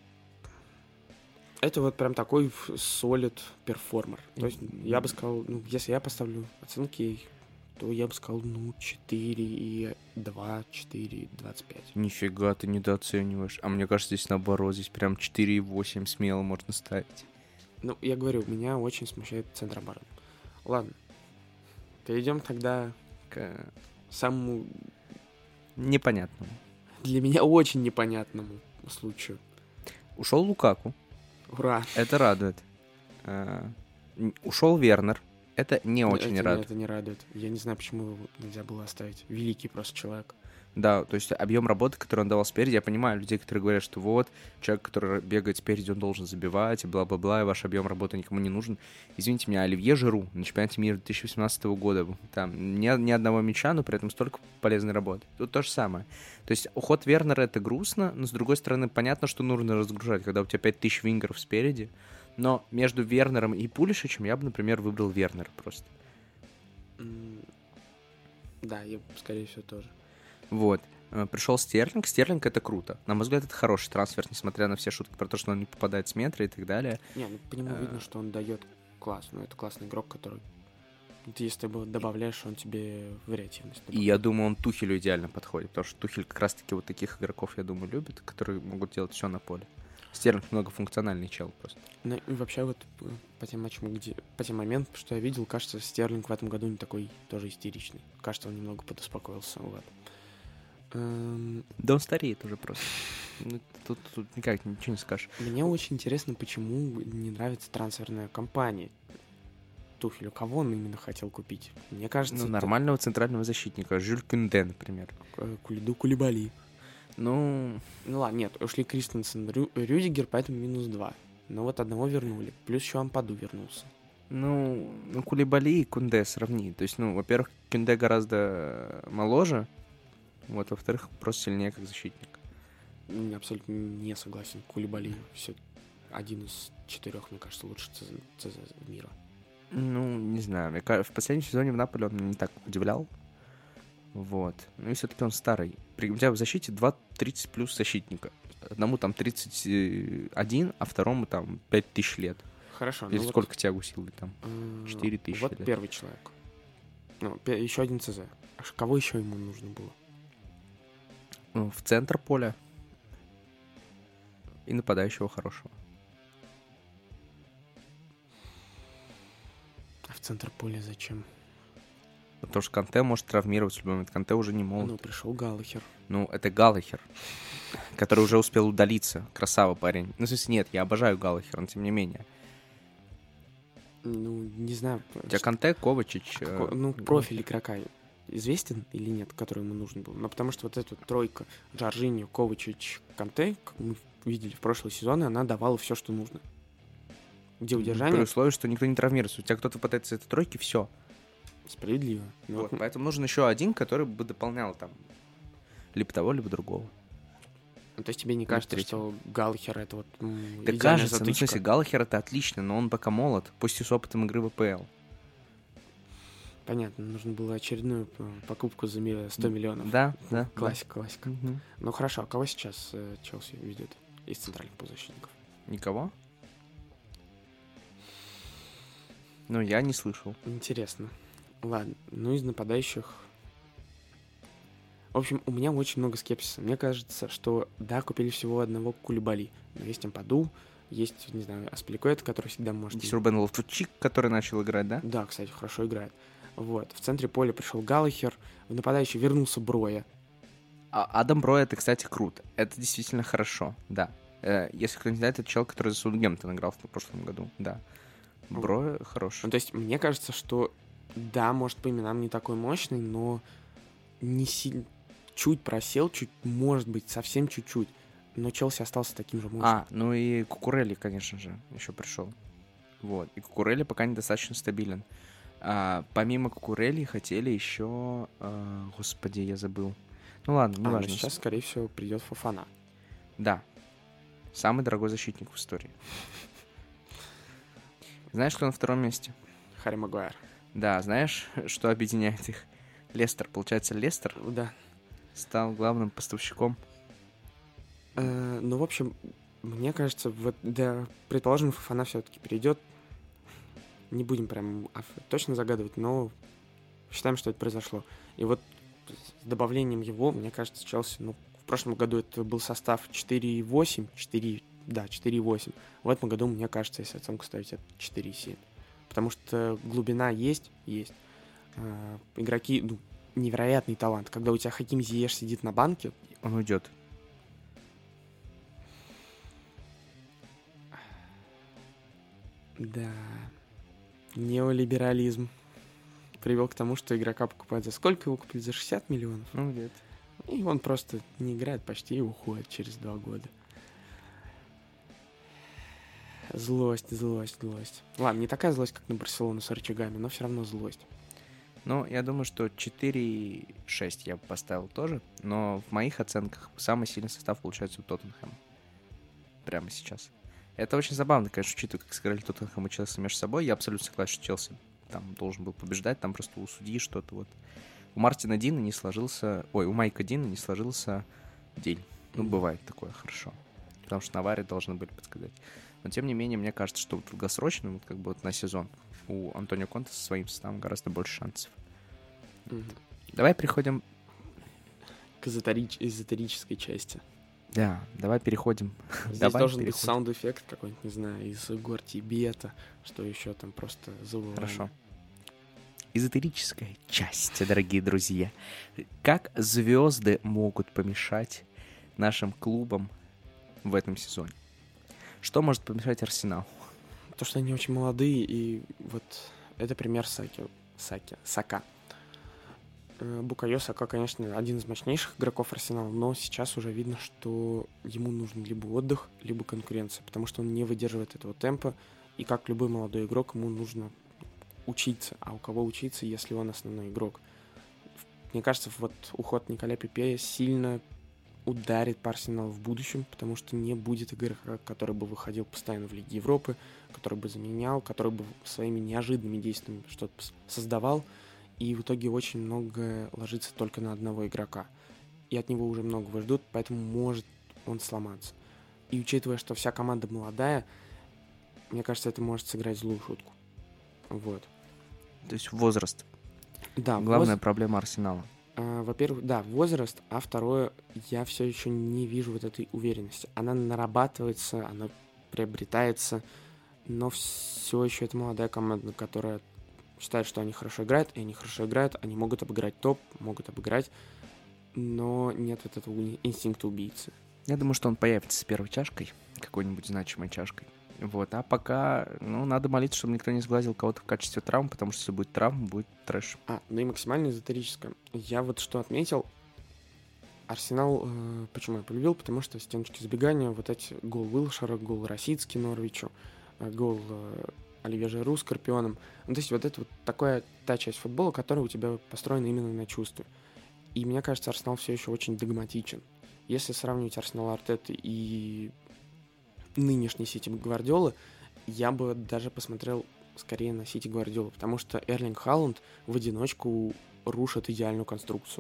B: это вот прям такой solid перформер. То есть я бы сказал, ну, если я поставлю оценки, то я бы сказал, ну, четыре и два, четыре и двадцать пять.
A: Нифига ты недооцениваешь. А мне кажется, здесь наоборот, здесь прям четыре и восемь смело можно ставить.
B: Ну, я говорю, меня очень смущает центр обороны. Ладно. Перейдем тогда к самому...
A: непонятному.
B: Для меня очень непонятному случаю.
A: Ушел Лукаку.
B: Ура.
A: Это радует. А, ушел Вернер. Это не очень
B: это,
A: радует.
B: Это не радует. Я не знаю, почему его нельзя было оставить. Великий просто человек.
A: Да, то есть объем работы, который он давал спереди, я понимаю людей, которые говорят, что вот, человек, который бегает спереди, он должен забивать, и бла-бла-бла, и ваш объем работы никому не нужен. Извините меня, Оливье Жиру на чемпионате мира две тысячи восемнадцатого года, там ни, ни одного мяча, но при этом столько полезной работы. Тут то же самое. То есть уход Вернера — это грустно, но с другой стороны, понятно, что нужно разгружать, когда у тебя пять тысяч вингеров спереди, но между Вернером и Пулишичем я бы, например, выбрал Вернера просто.
B: Да, я, скорее всего, тоже.
A: Вот. Пришел Стерлинг. Стерлинг — это круто. На мой взгляд, это хороший трансфер, несмотря на все шутки про то, что он не попадает с метра и так далее.
B: Не, ну по нему а... видно, что он дает класс. Ну, это классный игрок, который... Ты, если ты его добавляешь, он тебе вариативность добавляет.
A: И я думаю, он Тухелю идеально подходит, потому что Тухель как раз-таки вот таких игроков, я думаю, любит, которые могут делать все на поле. Стерлинг многофункциональный чел просто.
B: Ну и вообще вот по тем матчам, где... по тем моментам, что я видел, кажется, Стерлинг в этом году не такой тоже истеричный. Кажется, он немного подуспокоился. Вот. Эм...
A: Да он стареет уже просто. Ну, тут, тут никак ничего не скажешь.
B: Мне очень интересно, почему не нравится трансферная кампания Тухелю. Кого он именно хотел купить? Мне кажется...
A: Ну, нормального это... центрального защитника. Жюль Кюнде, например.
B: Кулиду Кулибали.
A: Ну...
B: Ну ладно, нет, ушли Кристенсен, Рю... Рюдигер, поэтому минус два. Но вот одного вернули. Плюс еще Ампаду вернулся.
A: Ну, ну Кулибали и Кунде сравни. То есть, ну, во-первых, Кюнде гораздо моложе. Вот, во-вторых, просто сильнее как защитник.
B: Я абсолютно не согласен. Кулибали все один из четырех, мне кажется, лучших ЦЗ мира.
A: Ну, не знаю. В последнем сезоне в Наполе он меня не так удивлял. Вот. Ну и все-таки он старый. При, у тебя в защите два тридцать плюс защитника. Одному там тридцать один, а второму там пять тысяч лет.
B: Хорошо.
A: Или
B: ну
A: сколько
B: вот,
A: Тиагу Силвы там? четыре тысячи
B: Вот
A: лет.
B: первый человек. Ну, еще один ЦЗ. А кого еще ему нужно было?
A: Ну, в центр поля. И нападающего хорошего.
B: А в центр поля зачем?
A: Потому что Канте может травмироваться в любой момент. Канте уже не молод.
B: Ну, пришел Галлахер.
A: Ну, это Галлахер, который уже успел удалиться. Красава парень. Ну, в смысле, нет, я обожаю Галлахера, но тем не менее.
B: Ну, не знаю.
A: У тебя Канте, Ковачич...
B: Какой, ну, профиль игрока известен или нет, который ему нужен был? Ну, потому что вот эта тройка Джорджиньо, Ковачич, Канте, как мы видели в прошлые сезоны, она давала все, что нужно. Где удержание...
A: При условии, что никто не травмируется. У тебя кто-то пытается этой тройки, все.
B: Справедливо.
A: Вот, вот. Поэтому нужен еще один, который бы дополнял там либо того, либо другого.
B: Ну, то есть тебе не
A: Или
B: кажется,
A: третьего.
B: что Галлахер это вот м,
A: да
B: идеальная
A: кажется,
B: затычка?
A: ну, в смысле, Галлахер это отлично, но он пока молод, пусть и с опытом игры в АПЛ.
B: Понятно, нужно было очередную покупку за сто миллионов.
A: Да, да.
B: Классика, да. классика.
A: Угу.
B: Ну хорошо, а кого сейчас э, Челси ведет из центральных полузащитников?
A: Никого? Ну, я не слышал.
B: Интересно. Ладно, ну из нападающих... В общем, у меня очень много скепсиса. Мне кажется, что да, купили всего одного Кулибали, но есть Ампаду, Есть, не знаю, Аспиликуэта, который всегда может...
A: Есть Рубен Лофтус-Чик, который начал играть, да?
B: Да, кстати, хорошо играет. Вот. В центре поля пришел Галлахер, в нападающий вернулся Броя.
A: А Адам Броя, это, кстати, круто. Это действительно хорошо, да. Э, если кто не знает, это человек, который за Саутгемптон играл в прошлом году, да. Броя хороший.
B: Ну, то есть, мне кажется, что да, может, по именам не такой мощный, но не сильно... Чуть просел, чуть, может быть, совсем чуть-чуть. Но Челси остался таким же мощным.
A: А, ну и Кукурелли, конечно же, еще пришел. Вот. И Кукурелли пока недостаточно стабилен. А, помимо Кукурелли хотели еще... А, господи, я забыл. Ну ладно, не
B: а,
A: важно.
B: Сейчас, скорее всего, придет Фофана.
A: Да. Самый дорогой защитник в истории. Знаешь, кто на втором месте?
B: Харри Магуайр.
A: Да, знаешь, что объединяет их? Лестер. Получается, Лестер
B: Да.
A: стал главным поставщиком.
B: Э, ну, в общем, мне кажется, вот, да, предположим, Фофана все-таки перейдет. Не будем прям точно загадывать, но считаем, что это произошло. И вот с добавлением его, мне кажется, Челси, ну, в прошлом году это был состав четыре восемь, четыре, да, четыре восемь. В этом году, мне кажется, если оценку ставить, это четыре семь. Потому что глубина есть, есть. Э, игроки, ну, невероятный талант. Когда у тебя Хаким Зиеш сидит на банке...
A: Он уйдет.
B: Да, неолиберализм привел к тому, что игрока покупают за сколько? Его купили за шестьдесят миллионов?
A: Ну, где-то.
B: И он просто не играет почти и уходит через два года. Злость, злость, злость. Ладно, не такая злость, как на Барселону с рычагами, но все равно злость.
A: Ну, я думаю, что четыре шесть я бы поставил тоже, но в моих оценках самый сильный состав получается у Тоттенхэма. Прямо сейчас. Это очень забавно, конечно, учитывая, как сыграли Тоттенхэм и Челси между собой. Я абсолютно согласен, что Челси там должен был побеждать, там просто у судьи что-то вот. У Мартина Дина не сложился... Ой, у Майка Дина не сложился день. Ну, mm-hmm. бывает такое, хорошо. Потому что на варе должны были подсказать. Но, тем не менее, мне кажется, что в долгосрочном, вот как бы вот на сезон, у Антонио Конте со своим составом гораздо больше шансов.
B: Mm-hmm.
A: Давай переходим...
B: К эзотерич... эзотерической части.
A: Да, давай переходим.
B: Здесь
A: давай
B: должен
A: переходим.
B: быть саунд-эффект какой-нибудь, не знаю, из гор Тибета, что еще там просто завывание.
A: Хорошо. Эзотерическая часть, дорогие друзья. Как звезды могут помешать нашим клубам в этом сезоне? Что может помешать Арсеналу?
B: То, что они очень молодые, и вот это пример Саки. Саки. Сака. Букайо Сака, конечно, один из мощнейших игроков Арсенала, но сейчас уже видно, что ему нужен либо отдых, либо конкуренция, потому что он не выдерживает этого темпа, и как любой молодой игрок, ему нужно учиться. А у кого учиться, если он основной игрок? Мне кажется, вот уход Николя Пепе сильно ударит по Арсеналу в будущем, потому что не будет игрока, который бы выходил постоянно в Лиге Европы, который бы заменял, который бы своими неожиданными действиями что-то создавал, и в итоге очень много ложится только на одного игрока. И от него уже многого ждут, поэтому может он сломаться. И учитывая, что вся команда молодая, мне кажется, это может сыграть злую шутку. Вот.
A: То есть возраст.
B: Да,
A: главная
B: воз...
A: проблема Арсенала.
B: А, во-первых, да, возраст, а второе, я все еще не вижу вот этой уверенности. Она нарабатывается, она приобретается, но все еще это молодая команда, которая считает, что они хорошо играют, и они хорошо играют, они могут обыграть топ, могут обыграть, но нет вот этого инстинкта убийцы.
A: Я думаю, что он появится с первой чашкой, какой-нибудь значимой чашкой. Вот, а пока, ну, надо молиться, чтобы никто не сглазил кого-то в качестве травм, потому что если будет травма, будет трэш.
B: А, ну и максимально эзотерическое. Я вот что отметил, Арсенал, э, почему я полюбил, потому что стеночки сбегания, вот эти гол Уилшера, гол Росицки Норвичу, э, гол э, Оливье Жиру Скорпионом. Ну, то есть вот это вот такая та часть футбола, которая у тебя построена именно на чувстве. И мне кажется, Арсенал все еще очень догматичен. Если сравнивать Арсенал Артеты и нынешний Сити Гвардиолы, я бы даже посмотрел скорее на Сити Гвардиолы, потому что Эрлинг Халланд в одиночку рушит идеальную конструкцию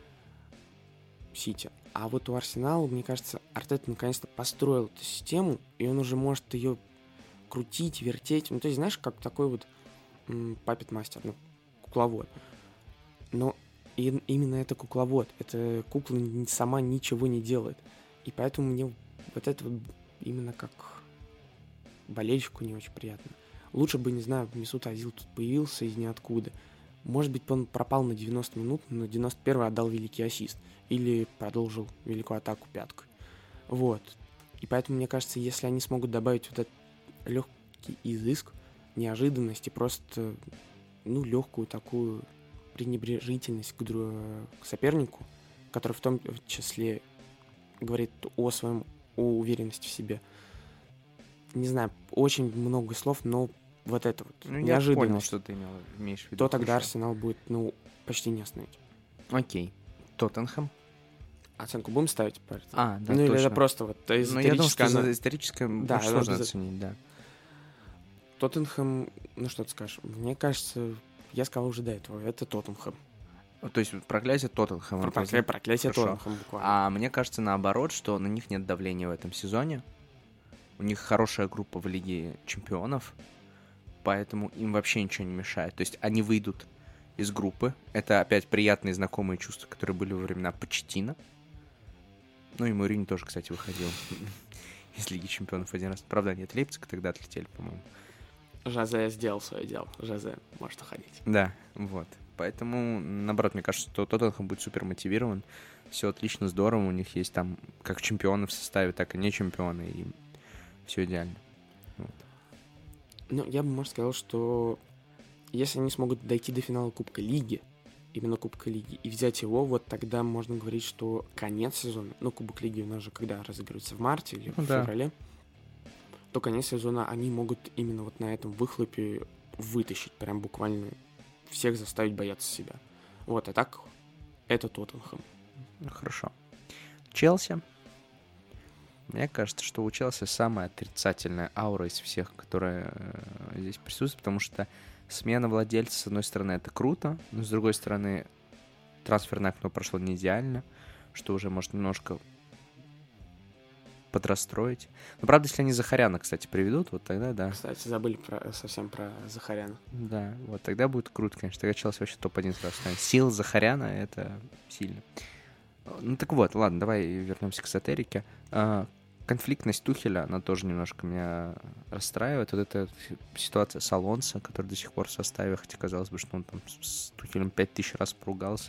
B: Сити. А вот у Арсенала, мне кажется, Артета наконец-то построил эту систему, и он уже может ее крутить, вертеть. Ну, то есть, знаешь, как такой вот паппет-мастер, ну, кукловод. Но и, именно это кукловод. Эта кукла сама ничего не делает. И поэтому мне вот это вот именно как болельщику не очень приятно. Лучше бы, не знаю, Месут Азил тут появился из ниоткуда. Может быть, он пропал на девяносто минут, но на девяносто первый отдал великий ассист. Или продолжил великую атаку пяткой. Вот. И поэтому, мне кажется, если они смогут добавить вот этот легкий изыск, неожиданность и просто, ну, легкую такую пренебрежительность к, дру... к сопернику, который в том числе говорит о своем о уверенности в себе. Не знаю, очень много слов, но вот это вот
A: ну,
B: неожиданность.
A: Я понял, что ты имел, имеешь в виду.
B: То тогда Арсенал будет, ну, почти не остановить.
A: Окей. Тоттенхэм.
B: Оценку будем ставить?
A: А, да,
B: ну,
A: точно.
B: или это просто вот историческая...
A: Ну, я думал, что
B: она...
A: за историческое
B: да,
A: очень сложно
B: за...
A: оценить, да.
B: Тоттенхэм, ну, что ты скажешь? Мне кажется, я сказал уже до этого, это Тоттенхэм.
A: То есть проклятие Тоттенхэма.
B: Проклятие, проклятие Тоттенхэма буквально.
A: А мне кажется, наоборот, что на них нет давления в этом сезоне. У них хорошая группа в Лиге Чемпионов, поэтому им вообще ничего не мешает. То есть они выйдут из группы. Это опять приятные знакомые чувства, которые были во времена Почеттино. Ну и Мourinho тоже, кстати, выходил из Лиги Чемпионов один раз. Правда, нет, Лейпциг тогда отлетели, по-моему.
B: Жозе сделал свое дело. Жозе может уходить.
A: Да, вот. Поэтому, наоборот, мне кажется, что Тоттенхэм будет супер мотивирован. Все отлично, здорово. У них есть там как чемпионы в составе, так и не чемпионы. И все идеально. Вот.
B: Ну, я бы, может, сказал, что если они смогут дойти до финала Кубка Лиги, именно Кубка Лиги, и взять его, вот тогда можно говорить, что конец сезона, ну, Кубок Лиги у нас же когда разыгрывается, в марте или
A: ну,
B: в
A: да.
B: феврале, то конец сезона они могут именно вот на этом выхлопе вытащить, прям буквально всех заставить бояться себя. Вот, а так это Тоттенхэм.
A: Хорошо. Челси. Мне кажется, что у Челси самая отрицательная аура из всех, которая э, здесь присутствует, потому что смена владельца, с одной стороны, это круто, но с другой стороны, трансферное окно прошло не идеально, что уже может немножко подрастроить. Но правда, если они Захаряна, кстати, приведут, вот тогда да.
B: Кстати, забыли про, совсем про Захаряна.
A: Да, вот тогда будет круто, конечно. Тогда Челси вообще топ один сразу станет. Сила Захаряна — это сильно. Ну так вот, ладно, давай вернемся к эзотерике. Конфликтность Тухеля, она тоже немножко меня расстраивает. Вот эта ситуация с Алонсо, который до сих пор в составе, хотя казалось бы, что он там с Тухелем пять тысяч раз поругался.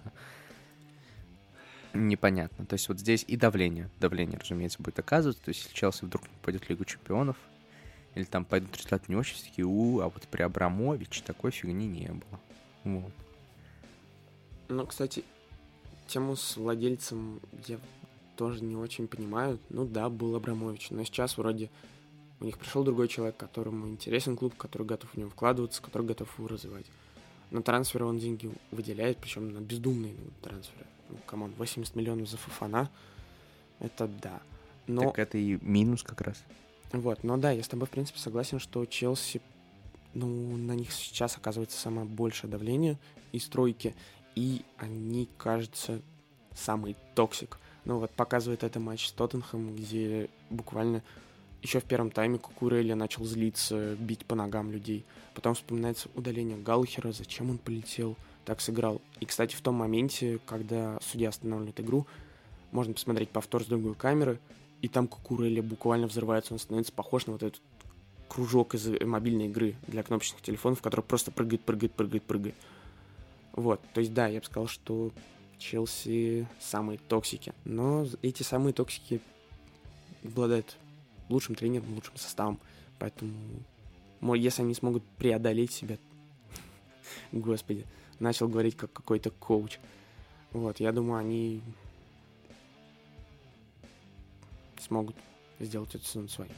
A: Непонятно. То есть вот здесь и давление. Давление, разумеется, будет оказываться. То есть если Челси вдруг не попадет в Лигу Чемпионов, или там пойдут результаты не очень, все такие, у, а вот при Абрамовиче такой фигни не было. Вот.
B: Ну, кстати, тему с владельцем я тоже не очень понимаю. Ну да, был Абрамович, но сейчас вроде у них пришел другой человек, которому интересен клуб, который готов в него вкладываться, который готов его развивать. На трансферы он деньги выделяет, причем на бездумные трансферы. Ну, камон, восемьдесят миллионов за Фофана, это да. Но...
A: Так это и минус как раз.
B: Вот, но да, я с тобой, в принципе, согласен, что Челси, ну, на них сейчас оказывается самое большее давление и стройки, и они, кажется, самый токсик. Ну, вот показывает это матч с Тоттенхэмом, где буквально еще в первом тайме Кукурелли начал злиться, бить по ногам людей. Потом вспоминается удаление Галлахера, зачем он полетел, так сыграл. И, кстати, в том моменте, когда судья останавливает игру, можно посмотреть повтор с другой камеры, и там Кукурелли буквально взрывается, он становится похож на вот этот кружок из мобильной игры для кнопочных телефонов, который просто прыгает, прыгает, прыгает, прыгает. Вот, то есть, да, я бы сказал, что Челси самые токсики, но эти самые токсики обладают лучшим тренером, лучшим составом, поэтому, если они смогут преодолеть себя, господи, начал говорить как какой-то коуч, вот, я думаю, они смогут сделать этот сезон своим.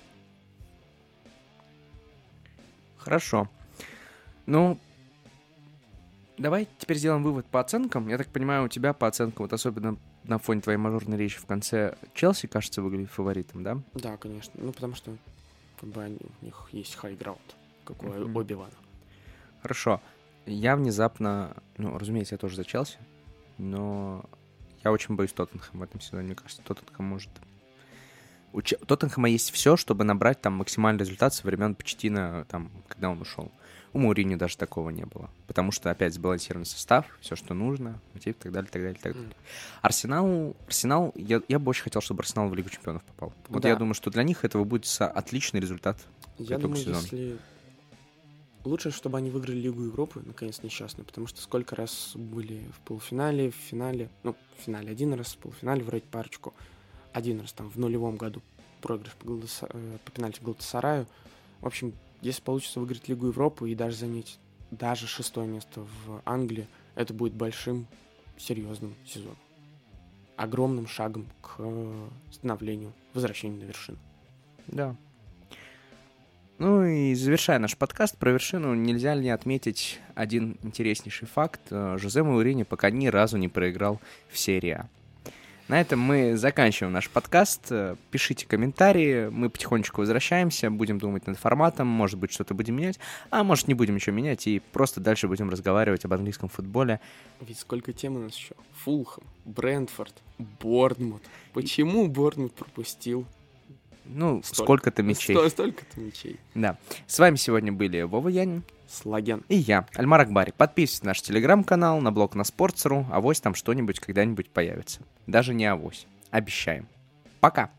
A: Хорошо. Ну, давай теперь сделаем вывод по оценкам. Я так понимаю, у тебя по оценкам, вот особенно на фоне твоей мажорной речи в конце, Челси, кажется, выглядит фаворитом, да?
B: Да, конечно. Ну, потому что как бы они, у них есть хай-граунд, как у
A: Mm-hmm.
B: Оби-Вана.
A: Хорошо. Я внезапно, ну, разумеется, я тоже за Челси, но я очень боюсь Тоттенхэма в этом сезоне. Мне кажется, Тоттенхэм может У Че- у Тоттенхэма есть все, чтобы набрать там максимальный результат со времен Почеттино, там, когда он ушел. У Мауриньо даже такого не было. Потому что, опять, сбалансированный состав, все, что нужно, мотив, и так далее, так далее, так далее. Mm. Арсенал, Арсенал я, я бы очень хотел, чтобы Арсенал в Лигу чемпионов попал. Вот да. Я думаю, что для них этого будет отличный результат.
B: Я думаю, сезона. Если... Лучше, чтобы они выиграли Лигу Европы, наконец, несчастную, потому что сколько раз были в полуфинале, в финале, ну, в финале один раз, в полуфинале вроде парочку, один раз там в нулевом году проигрыш по, Галатаса... по пенальти Галатасараю. В общем, если получится выиграть Лигу Европы и даже занять даже шестое место в Англии, это будет большим, серьезным сезоном. Огромным шагом к становлению, возвращению на вершину.
A: Да. Ну и завершая наш подкаст про вершину, нельзя ли отметить один интереснейший факт. Жозе Мауриньо пока ни разу не проиграл в серии А. На этом мы заканчиваем наш подкаст. Пишите комментарии, мы потихонечку возвращаемся, будем думать над форматом, может быть, что-то будем менять, а может, не будем ничего менять и просто дальше будем разговаривать об английском футболе.
B: Ведь сколько тем у нас еще? Фулхэм, Брентфорд, Борнмут. Почему Борнмут пропустил?
A: Ну, Столько. сколько-то мячей.
B: Сто, столько-то мячей.
A: Да. С вами сегодня были Вова Янин,
B: Слаген
A: и я, Альмар Акбари. Подписывайтесь на наш телеграм-канал, на блог на Sports точка ру, авось там что-нибудь когда-нибудь появится. Даже не авось. Обещаем. Пока.